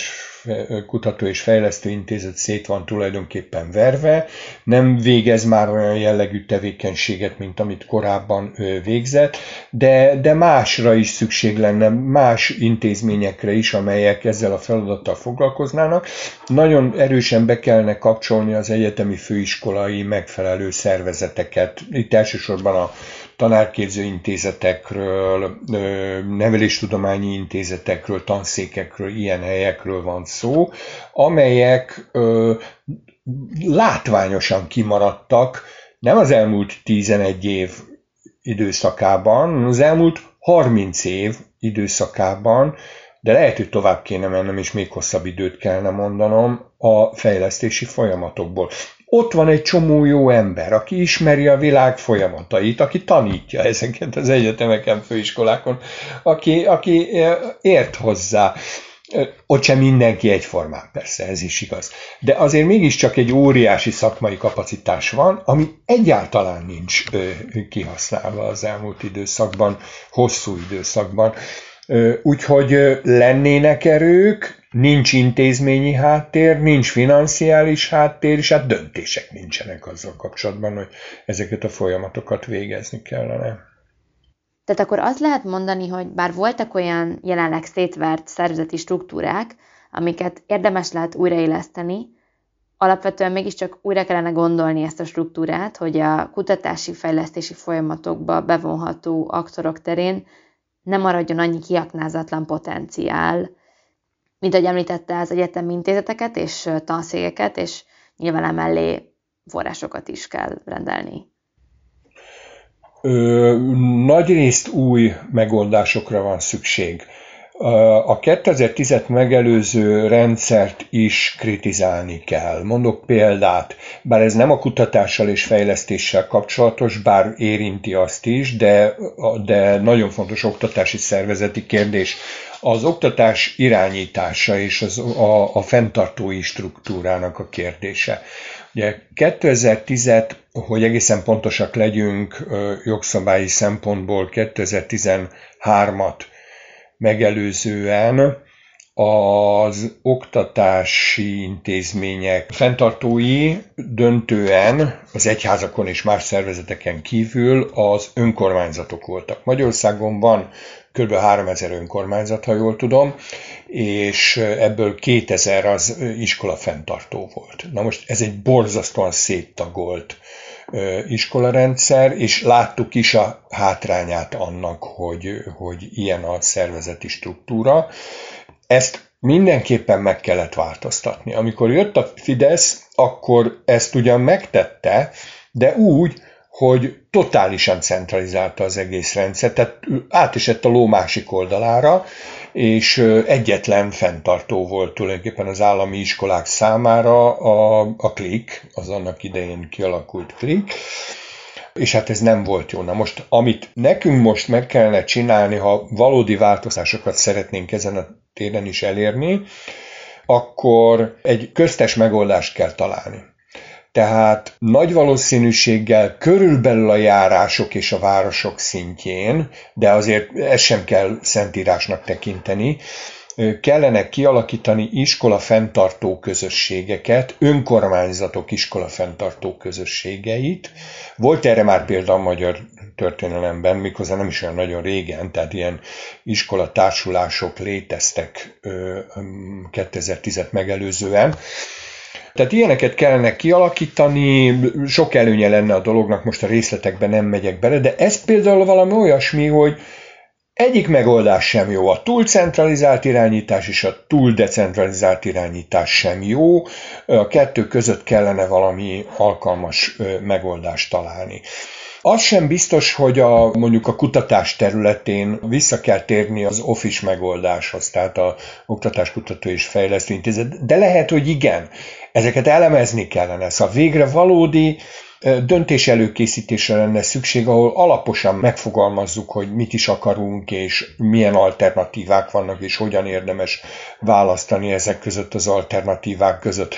Kutató és Fejlesztő Intézet szét van tulajdonképpen verve, nem végez már olyan jellegű tevékenységet, mint amit korábban végzett, de, de másra is szükség lenne, más intézményekre is, amelyek ezzel a feladattal foglalkoznának. Nagyon erősen be kellene kapcsolni az egyetemi főiskolai megfelelő szervezeteket. Itt elsősorban a tanárképző intézetekről, neveléstudományi intézetekről, tanszékekről, ilyen helyekről van szó, amelyek ö, látványosan kimaradtak nem az elmúlt tizenegy év időszakában, az elmúlt harminc év időszakában, de lehet, hogy tovább kéne mennem, és még hosszabb időt kellene mondanom a fejlesztési folyamatokból. Ott van egy csomó jó ember, aki ismeri a világ folyamatait, aki tanítja ezeket az egyetemeken, főiskolákon, aki, aki ért hozzá. Ott sem mindenki egyformán, persze, ez is igaz. De azért mégiscsak egy óriási szakmai kapacitás van, ami egyáltalán nincs kihasználva az elmúlt időszakban, hosszú időszakban. Úgyhogy lennének erők, nincs intézményi háttér, nincs financiális háttér, és hát döntések nincsenek azzal kapcsolatban, hogy ezeket a folyamatokat végezni kellene. Tehát akkor azt lehet mondani, hogy bár voltak olyan jelenleg szétvert szervezeti struktúrák, amiket érdemes lehet újraéleszteni, alapvetően mégiscsak újra kellene gondolni ezt a struktúrát, hogy a kutatási, fejlesztési folyamatokba bevonható aktorok terén nem maradjon annyi kiaknázatlan potenciál, mint ahogy említette az egyetemi intézeteket és tanszégeket, és nyilván emellé forrásokat is kell rendelni. Ö, nagyrészt új megoldásokra van szükség. A kétezer-tízet megelőző rendszert is kritizálni kell. Mondok példát, bár ez nem a kutatással és fejlesztéssel kapcsolatos, bár érinti azt is, de, de nagyon fontos oktatási szervezeti kérdés. Az oktatás irányítása és az, a, a fenntartói struktúrának a kérdése. Ugye kétezer-tízet, hogy egészen pontosak legyünk jogszabályi szempontból, kétezer-tizenhármat megelőzően az oktatási intézmények fenntartói döntően az egyházakon és más szervezeteken kívül az önkormányzatok voltak. Magyarországon van kb. háromezer önkormányzat, ha jól tudom, és ebből kétezer az iskola fenntartó volt. Na most ez egy borzasztóan széttagolt iskolarendszer, és láttuk is a hátrányát annak, hogy, hogy ilyen a szervezeti struktúra. Ezt mindenképpen meg kellett változtatni. Amikor jött a Fidesz, akkor ezt ugyan megtette, de úgy, hogy totálisan centralizálta az egész rendszer, tehát átesett a ló másik oldalára, és egyetlen fenntartó volt tulajdonképpen az állami iskolák számára a, a klik, az annak idején kialakult klik, és hát ez nem volt jó. Na most, amit nekünk most meg kellene csinálni, ha valódi változásokat szeretnénk ezen a téren is elérni, akkor egy köztes megoldást kell találni. Tehát nagy valószínűséggel körülbelül a járások és a városok szintjén, de azért ezt sem kell szentírásnak tekinteni, kellene kialakítani iskola fenntartó közösségeket, önkormányzatok iskola fenntartó közösségeit. Volt erre már példa a magyar történelemben, méghozzá nem is olyan nagyon régen, tehát ilyen iskola társulások léteztek kétezer-tízet megelőzően. Tehát ilyeneket kellene kialakítani, sok előnye lenne a dolognak, most a részletekben nem megyek bele, de ez például valami olyasmi, hogy egyik megoldás sem jó, a túl centralizált irányítás és a túl decentralizált irányítás sem jó, a kettő között kellene valami alkalmas megoldást találni. Az sem biztos, hogy a, mondjuk a kutatás területén vissza kell térni az office megoldáshoz, tehát a Oktatáskutató és Fejlesztő Intézet, de lehet, hogy igen, ezeket elemezni kellene. Szóval végre valódi döntés előkészítésre lenne szükség, ahol alaposan megfogalmazzuk, hogy mit is akarunk, és milyen alternatívák vannak, és hogyan érdemes választani ezek között az alternatívák között.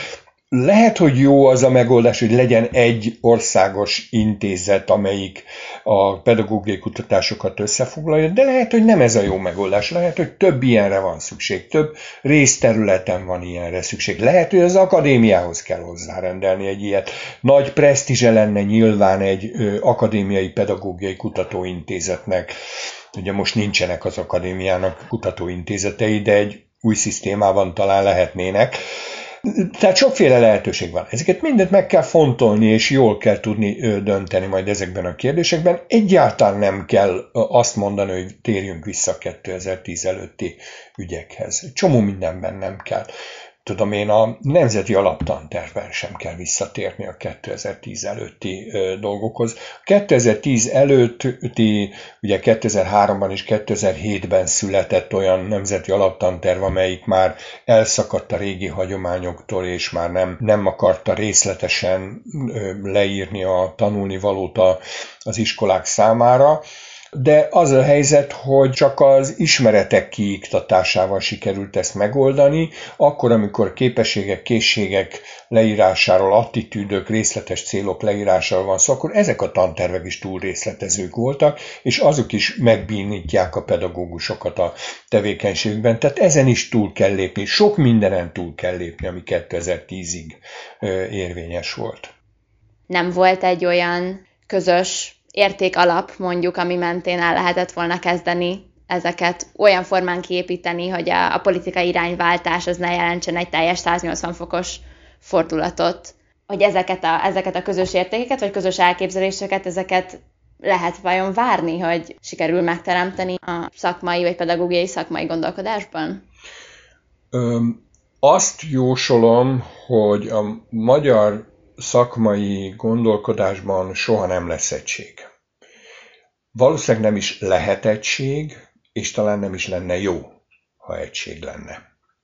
Lehet, hogy jó az a megoldás, hogy legyen egy országos intézet, amelyik a pedagógiai kutatásokat összefoglalja, de lehet, hogy nem ez a jó megoldás. Lehet, hogy több ilyenre van szükség, több részterületen van ilyenre szükség. Lehet, hogy az akadémiához kell hozzárendelni egy ilyet. Nagy presztízse lenne nyilván egy ö, akadémiai pedagógiai kutatóintézetnek. Ugye most nincsenek az akadémiának kutatóintézetei, de egy új szisztémában talán lehetnének. Tehát sokféle lehetőség van. Ezeket mindent meg kell fontolni, és jól kell tudni dönteni majd ezekben a kérdésekben. Egyáltalán nem kell azt mondani, hogy térjünk vissza kétezer-tíz előtti ügyekhez. Csomó mindenben nem kell. Tudom én, a nemzeti alaptantervben sem kell visszatérni a kétezer-tíz előtti ö, dolgokhoz. kétezer-tíz előtti, ugye kétezer-háromban és kétezer-hétben született olyan nemzeti alaptanterv, amelyik már elszakadt a régi hagyományoktól, és már nem, nem akarta részletesen ö, leírni a tanulnivalót a, az iskolák számára. De az a helyzet, hogy csak az ismeretek kiiktatásával sikerült ezt megoldani, akkor, amikor képességek, készségek leírásáról, attitűdök, részletes célok leírásáról van szó, akkor ezek a tantervek is túl részletezők voltak, és azok is megbénítják a pedagógusokat a tevékenységükben. Tehát ezen is túl kell lépni, sok mindenen túl kell lépni, ami kétezer-tízig érvényes volt. Nem volt egy olyan közös érték alap, mondjuk, ami mentén el lehetett volna kezdeni ezeket olyan formán kiépíteni, hogy a, a politikai irányváltás az ne jelentsen egy teljes száznyolcvan fokos fordulatot. Hogy ezeket a, ezeket a közös értékeket, vagy közös elképzeléseket, ezeket lehet vajon várni, hogy sikerül megteremteni a szakmai vagy pedagógiai szakmai gondolkodásban? Ö, azt jósolom, hogy a magyar szakmai gondolkodásban soha nem lesz egység. Valószínűleg nem is lehet egység, és talán nem is lenne jó, ha egység lenne.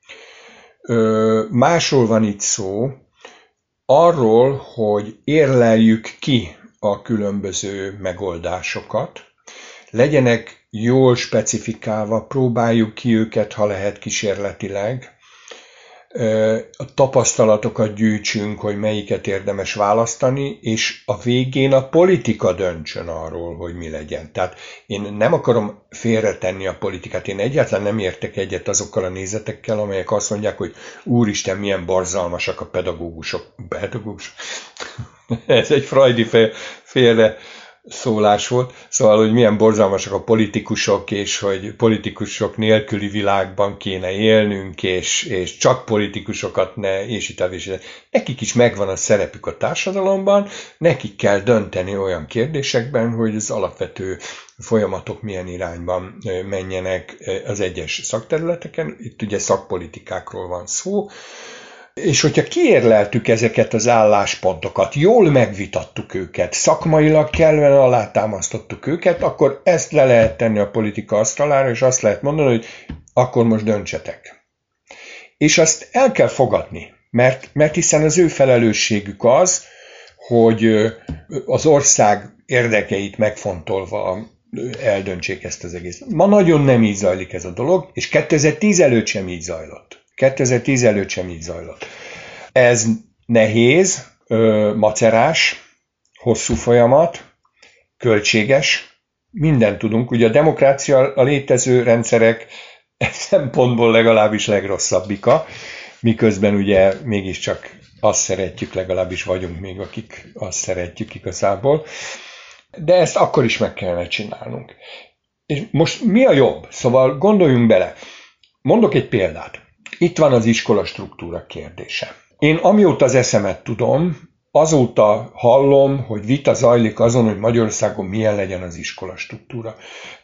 Ö, másról van itt szó, arról, hogy érleljük ki a különböző megoldásokat, legyenek jól specifikálva, próbáljuk ki őket, ha lehet kísérletileg, a tapasztalatokat gyűjtsünk, hogy melyiket érdemes választani, és a végén a politika döntsön arról, hogy mi legyen. Tehát én nem akarom félretenni a politikát, én egyáltalán nem értek egyet azokkal a nézetekkel, amelyek azt mondják, hogy úristen, milyen borzalmasak a pedagógusok. Pedagógus? Ez egy freudi félre szólás volt, szóval, hogy milyen borzalmasak a politikusok, és hogy politikusok nélküli világban kéne élnünk, és, és csak politikusokat ne, és itt, és itt. Nekik is megvan a szerepük a társadalomban, nekik kell dönteni olyan kérdésekben, hogy az alapvető folyamatok milyen irányban menjenek az egyes szakterületeken. Itt ugye szakpolitikákról van szó, és hogyha kiérleltük ezeket az álláspontokat, jól megvitattuk őket, szakmailag kellően alátámasztottuk őket, akkor ezt le lehet tenni a politika asztalára, és azt lehet mondani, hogy akkor most döntsetek. És azt el kell fogadni, mert, mert hiszen az ő felelősségük az, hogy az ország érdekeit megfontolva eldöntsék ezt az egész. Ma nagyon nem így zajlik ez a dolog, és kétezer-tíz előtt sem így zajlott. kétezer-tíz előtt sem így zajlott. Ez nehéz, macerás, hosszú folyamat, költséges, mindent tudunk. Ugye a demokrácia, a létező rendszerek szempontból legalábbis legrosszabbika, miközben ugye mégiscsak azt szeretjük, legalábbis vagyunk még, akik azt szeretjük igazából. De ezt akkor is meg kellene csinálnunk. És most mi a jobb? Szóval gondoljunk bele. Mondok egy példát. Itt van az iskola struktúra kérdése. Én amióta az eszemet tudom, azóta hallom, hogy vita zajlik azon, hogy Magyarországon milyen legyen az iskola struktúra.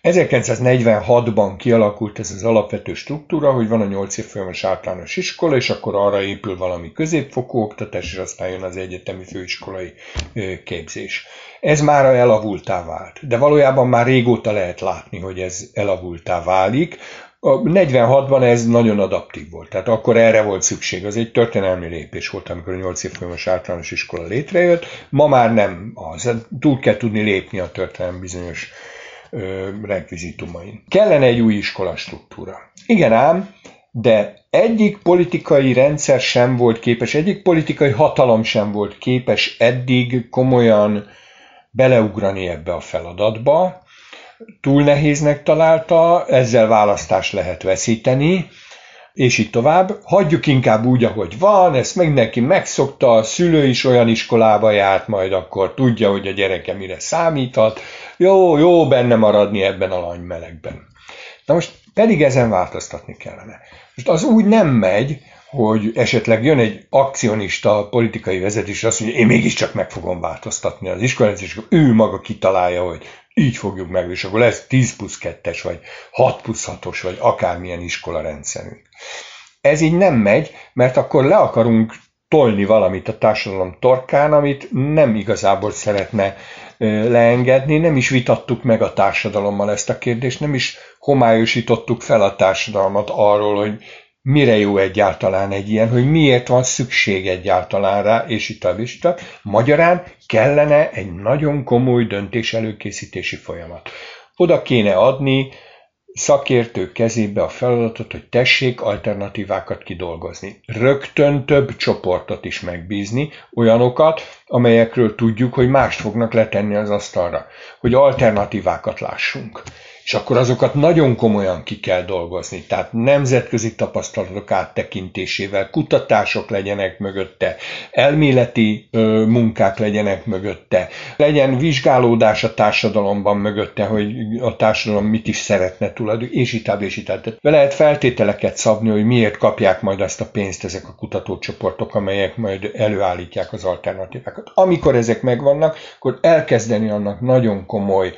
ezerkilencszáznegyvenhatban kialakult ez az alapvető struktúra, hogy van a nyolc évfolyamos általános iskola, és akkor arra épül valami középfokú oktatás, és aztán jön az egyetemi főiskolai képzés. Ez már elavultá vált, de valójában már régóta lehet látni, hogy ez elavultá válik. A negyvenhatban ez nagyon adaptív volt, tehát akkor erre volt szükség. Az egy történelmi lépés volt, amikor a nyolc évfolyamos általános iskola létrejött. Ma már nem az. Túl kell tudni lépni a történelem bizonyos ö, rekvizitumain. Kellene egy új iskola struktúra. Igen ám, de egyik politikai rendszer sem volt képes, egyik politikai hatalom sem volt képes eddig komolyan beleugrani ebbe a feladatba. Túl nehéznek találta, ezzel választást lehet veszíteni, és így tovább. Hagyjuk inkább úgy, ahogy van, ezt mindenki megszokta, a szülő is olyan iskolába járt, majd akkor tudja, hogy a gyereke mire számíthat. Jó, jó benne maradni ebben a lanymelegben. Na most pedig ezen változtatni kellene. Most az úgy nem megy, hogy esetleg jön egy akcionista politikai vezetés, és azt mondja, én mégiscsak meg fogom változtatni az iskolát, és ő maga kitalálja, hogy így fogjuk meg, és akkor lesz tíz plusz kettes, vagy hat plusz hatos, vagy akármilyen iskolarendszerünk. Ez így nem megy, mert akkor le akarunk tolni valamit a társadalom torkán, amit nem igazából szeretne leengedni, nem is vitattuk meg a társadalommal ezt a kérdést, nem is homályosítottuk fel a társadalmat arról, hogy mire jó egyáltalán egy ilyen, hogy miért van szükség egyáltalán rá, és itt a és itt. Magyarán kellene egy nagyon komoly döntés előkészítési folyamat. Oda kéne adni szakértők kezébe a feladatot, hogy tessék alternatívákat kidolgozni. Rögtön több csoportot is megbízni, olyanokat, amelyekről tudjuk, hogy mást fognak letenni az asztalra, hogy alternatívákat lássunk. És akkor azokat nagyon komolyan ki kell dolgozni, tehát nemzetközi tapasztalatok áttekintésével, kutatások legyenek mögötte, elméleti ö, munkák legyenek mögötte, legyen vizsgálódás a társadalomban mögötte, hogy a társadalom mit is szeretne tulajdonképpen, és így tovább, és így tovább. Be lehet feltételeket szabni, hogy miért kapják majd azt a pénzt ezek a kutatócsoportok, amelyek majd előállítják az alternatívákat. Amikor ezek megvannak, akkor elkezdeni annak nagyon komoly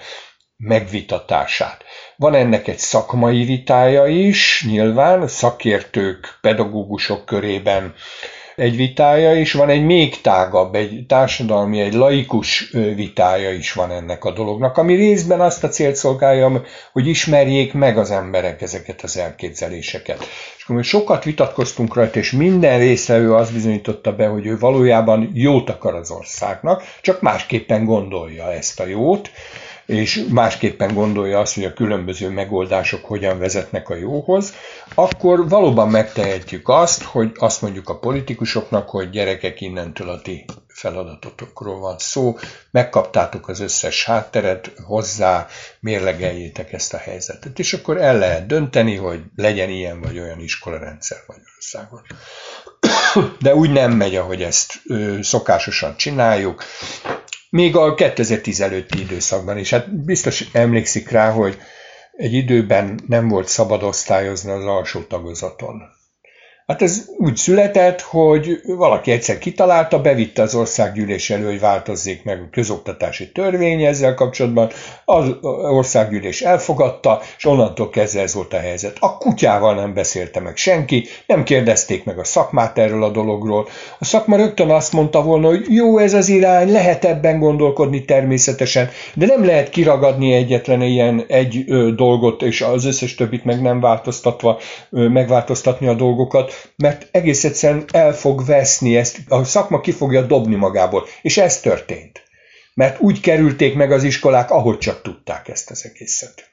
megvitatását. Van ennek egy szakmai vitája is, nyilván, szakértők, pedagógusok körében egy vitája is, van egy még tágabb, egy társadalmi, egy laikus vitája is van ennek a dolognak, ami részben azt a célt szolgálja, hogy ismerjék meg az emberek ezeket az elképzeléseket. És akkor sokat vitatkoztunk rajta, és minden résztvevő azt bizonyította be, hogy ő valójában jót akar az országnak, csak másképpen gondolja ezt a jót, és másképpen gondolja azt, hogy a különböző megoldások hogyan vezetnek a jóhoz, akkor valóban megtehetjük azt, hogy azt mondjuk a politikusoknak, hogy gyerekek, innentől a ti feladatotokról van szó, megkaptátok az összes hátteret hozzá, mérlegeljétek ezt a helyzetet. És akkor el lehet dönteni, hogy legyen ilyen vagy olyan iskolarendszer Magyarországon. De úgy nem megy, ahogy ezt szokásosan csináljuk. Még a kétezer-tíz előtti időszakban is. Hát biztos emlékszik rá, hogy egy időben nem volt szabad osztályozni az alsó tagozaton. Hát ez úgy született, hogy valaki egyszer kitalálta, bevitte az országgyűlés elő, hogy változzék meg a közoktatási törvény ezzel kapcsolatban, az országgyűlés elfogadta, és onnantól kezdve ez volt a helyzet. A kutyával nem beszélte meg senki, nem kérdezték meg a szakmát erről a dologról. A szakma rögtön azt mondta volna, hogy jó ez az irány, lehet ebben gondolkodni természetesen, de nem lehet kiragadni egyetlen ilyen egy ö, dolgot, és az összes többit meg nem változtatva, ö, megváltoztatni a dolgokat, mert egész egyszerűen el fog veszni, ezt a szakma ki fogja dobni magából. És ez történt. Mert úgy kerülték meg az iskolák, ahogy csak tudták ezt az egészet.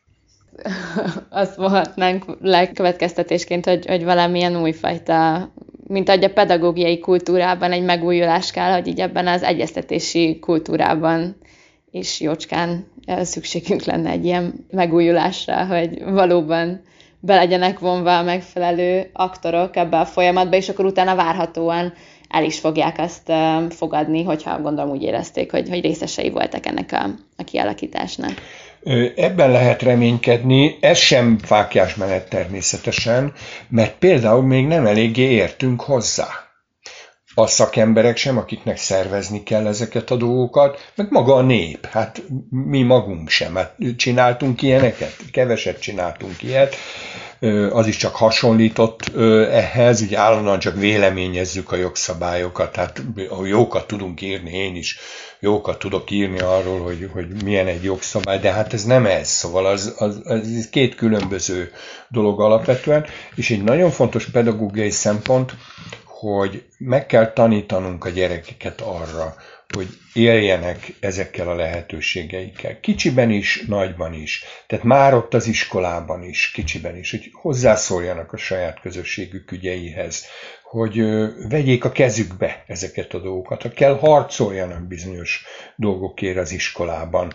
Azt mondhatnánk legkövetkeztetésként, hogy, hogy valamilyen újfajta, mint ahogy a pedagógiai kultúrában egy megújulás kell, hogy így ebben az egyeztetési kultúrában is jócskán szükségünk lenne egy ilyen megújulásra, hogy valóban be legyenek vonva a megfelelő aktorok ebbe a folyamatba, és akkor utána várhatóan el is fogják azt fogadni, hogyha gondolom úgy érezték, hogy, hogy részesei voltak ennek a, a kialakításnak. Ebben lehet reménykedni, ez sem fáklyás menet természetesen, mert például még nem eléggé értünk hozzá. A szakemberek sem, akiknek szervezni kell ezeket a dolgokat, meg maga a nép, hát mi magunk sem, hát csináltunk ilyeneket, keveset csináltunk ilyet, az is csak hasonlított ehhez, ugye állandóan csak véleményezzük a jogszabályokat, hát jókat tudunk írni, én is jókat tudok írni arról, hogy, hogy milyen egy jogszabály, de hát ez nem ez, szóval az, az, az két különböző dolog alapvetően, és egy nagyon fontos pedagógiai szempont, hogy meg kell tanítanunk a gyerekeket arra, hogy éljenek ezekkel a lehetőségeikkel. Kicsiben is, nagyban is. Tehát már ott az iskolában is, kicsiben is, hogy hozzászóljanak a saját közösségük ügyeihez, hogy vegyék a kezükbe ezeket a dolgokat, ha kell, harcoljanak bizonyos dolgokért az iskolában.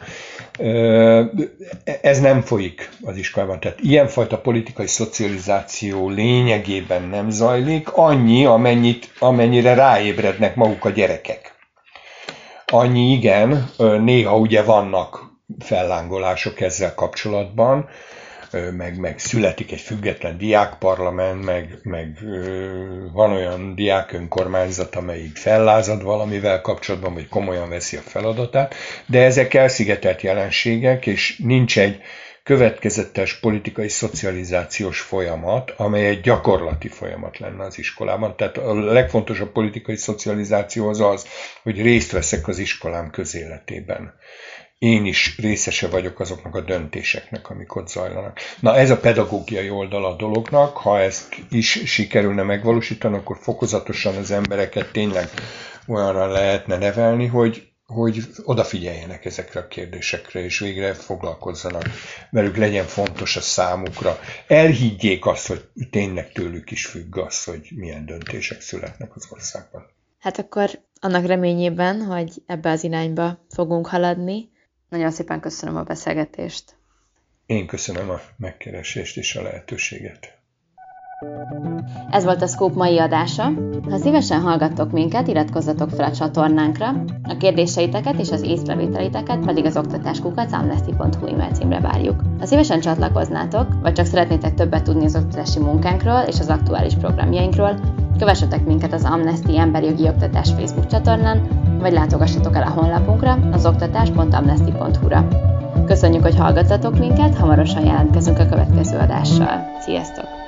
Ez nem folyik az iskolában, tehát ilyenfajta politikai szocializáció lényegében nem zajlik, annyi, amennyit, amennyire ráébrednek maguk a gyerekek. Annyi igen, néha ugye vannak fellángolások ezzel kapcsolatban, meg, meg születik egy független diákparlament, meg, meg van olyan diákönkormányzat, amelyik fellázad valamivel kapcsolatban, vagy komolyan veszi a feladatát, de ezek elszigetelt jelenségek, és nincs egy következetes politikai szocializációs folyamat, amely egy gyakorlati folyamat lenne az iskolában. Tehát a legfontosabb politikai szocializáció az az, hogy részt veszek az iskolám közéletében. Én is részese vagyok azoknak a döntéseknek, amik ott zajlanak. Na ez a pedagógiai oldala a dolognak, ha ezt is sikerülne megvalósítani, akkor fokozatosan az embereket tényleg olyanra lehetne nevelni, hogy, hogy odafigyeljenek ezekre a kérdésekre, és végre foglalkozzanak velük, legyen fontos a számukra. Elhiggyék azt, hogy tényleg tőlük is függ az, hogy milyen döntések születnek az országban. Hát akkor annak reményében, hogy ebbe az irányba fogunk haladni. Nagyon szépen köszönöm a beszélgetést. Én köszönöm a megkeresést és a lehetőséget. Ez volt a Scoop mai adása. Ha szívesen hallgattok minket, iratkozzatok fel a csatornánkra, a kérdéseiteket és az észrevételiteket pedig az oktatás kukac amnesty pont hu e-mail címre várjuk. Ha szívesen csatlakoznátok, vagy csak szeretnétek többet tudni az oktatási munkánkról és az aktuális programjainkról, kövessetek minket az Amnesty Emberi Jogi Oktatás Facebook csatornán, vagy látogassatok el a honlapunkra, az oktatás pont amnesty pont hu-ra. Köszönjük, hogy hallgattatok minket, hamarosan jelentkezünk a következő adással. Sziasztok!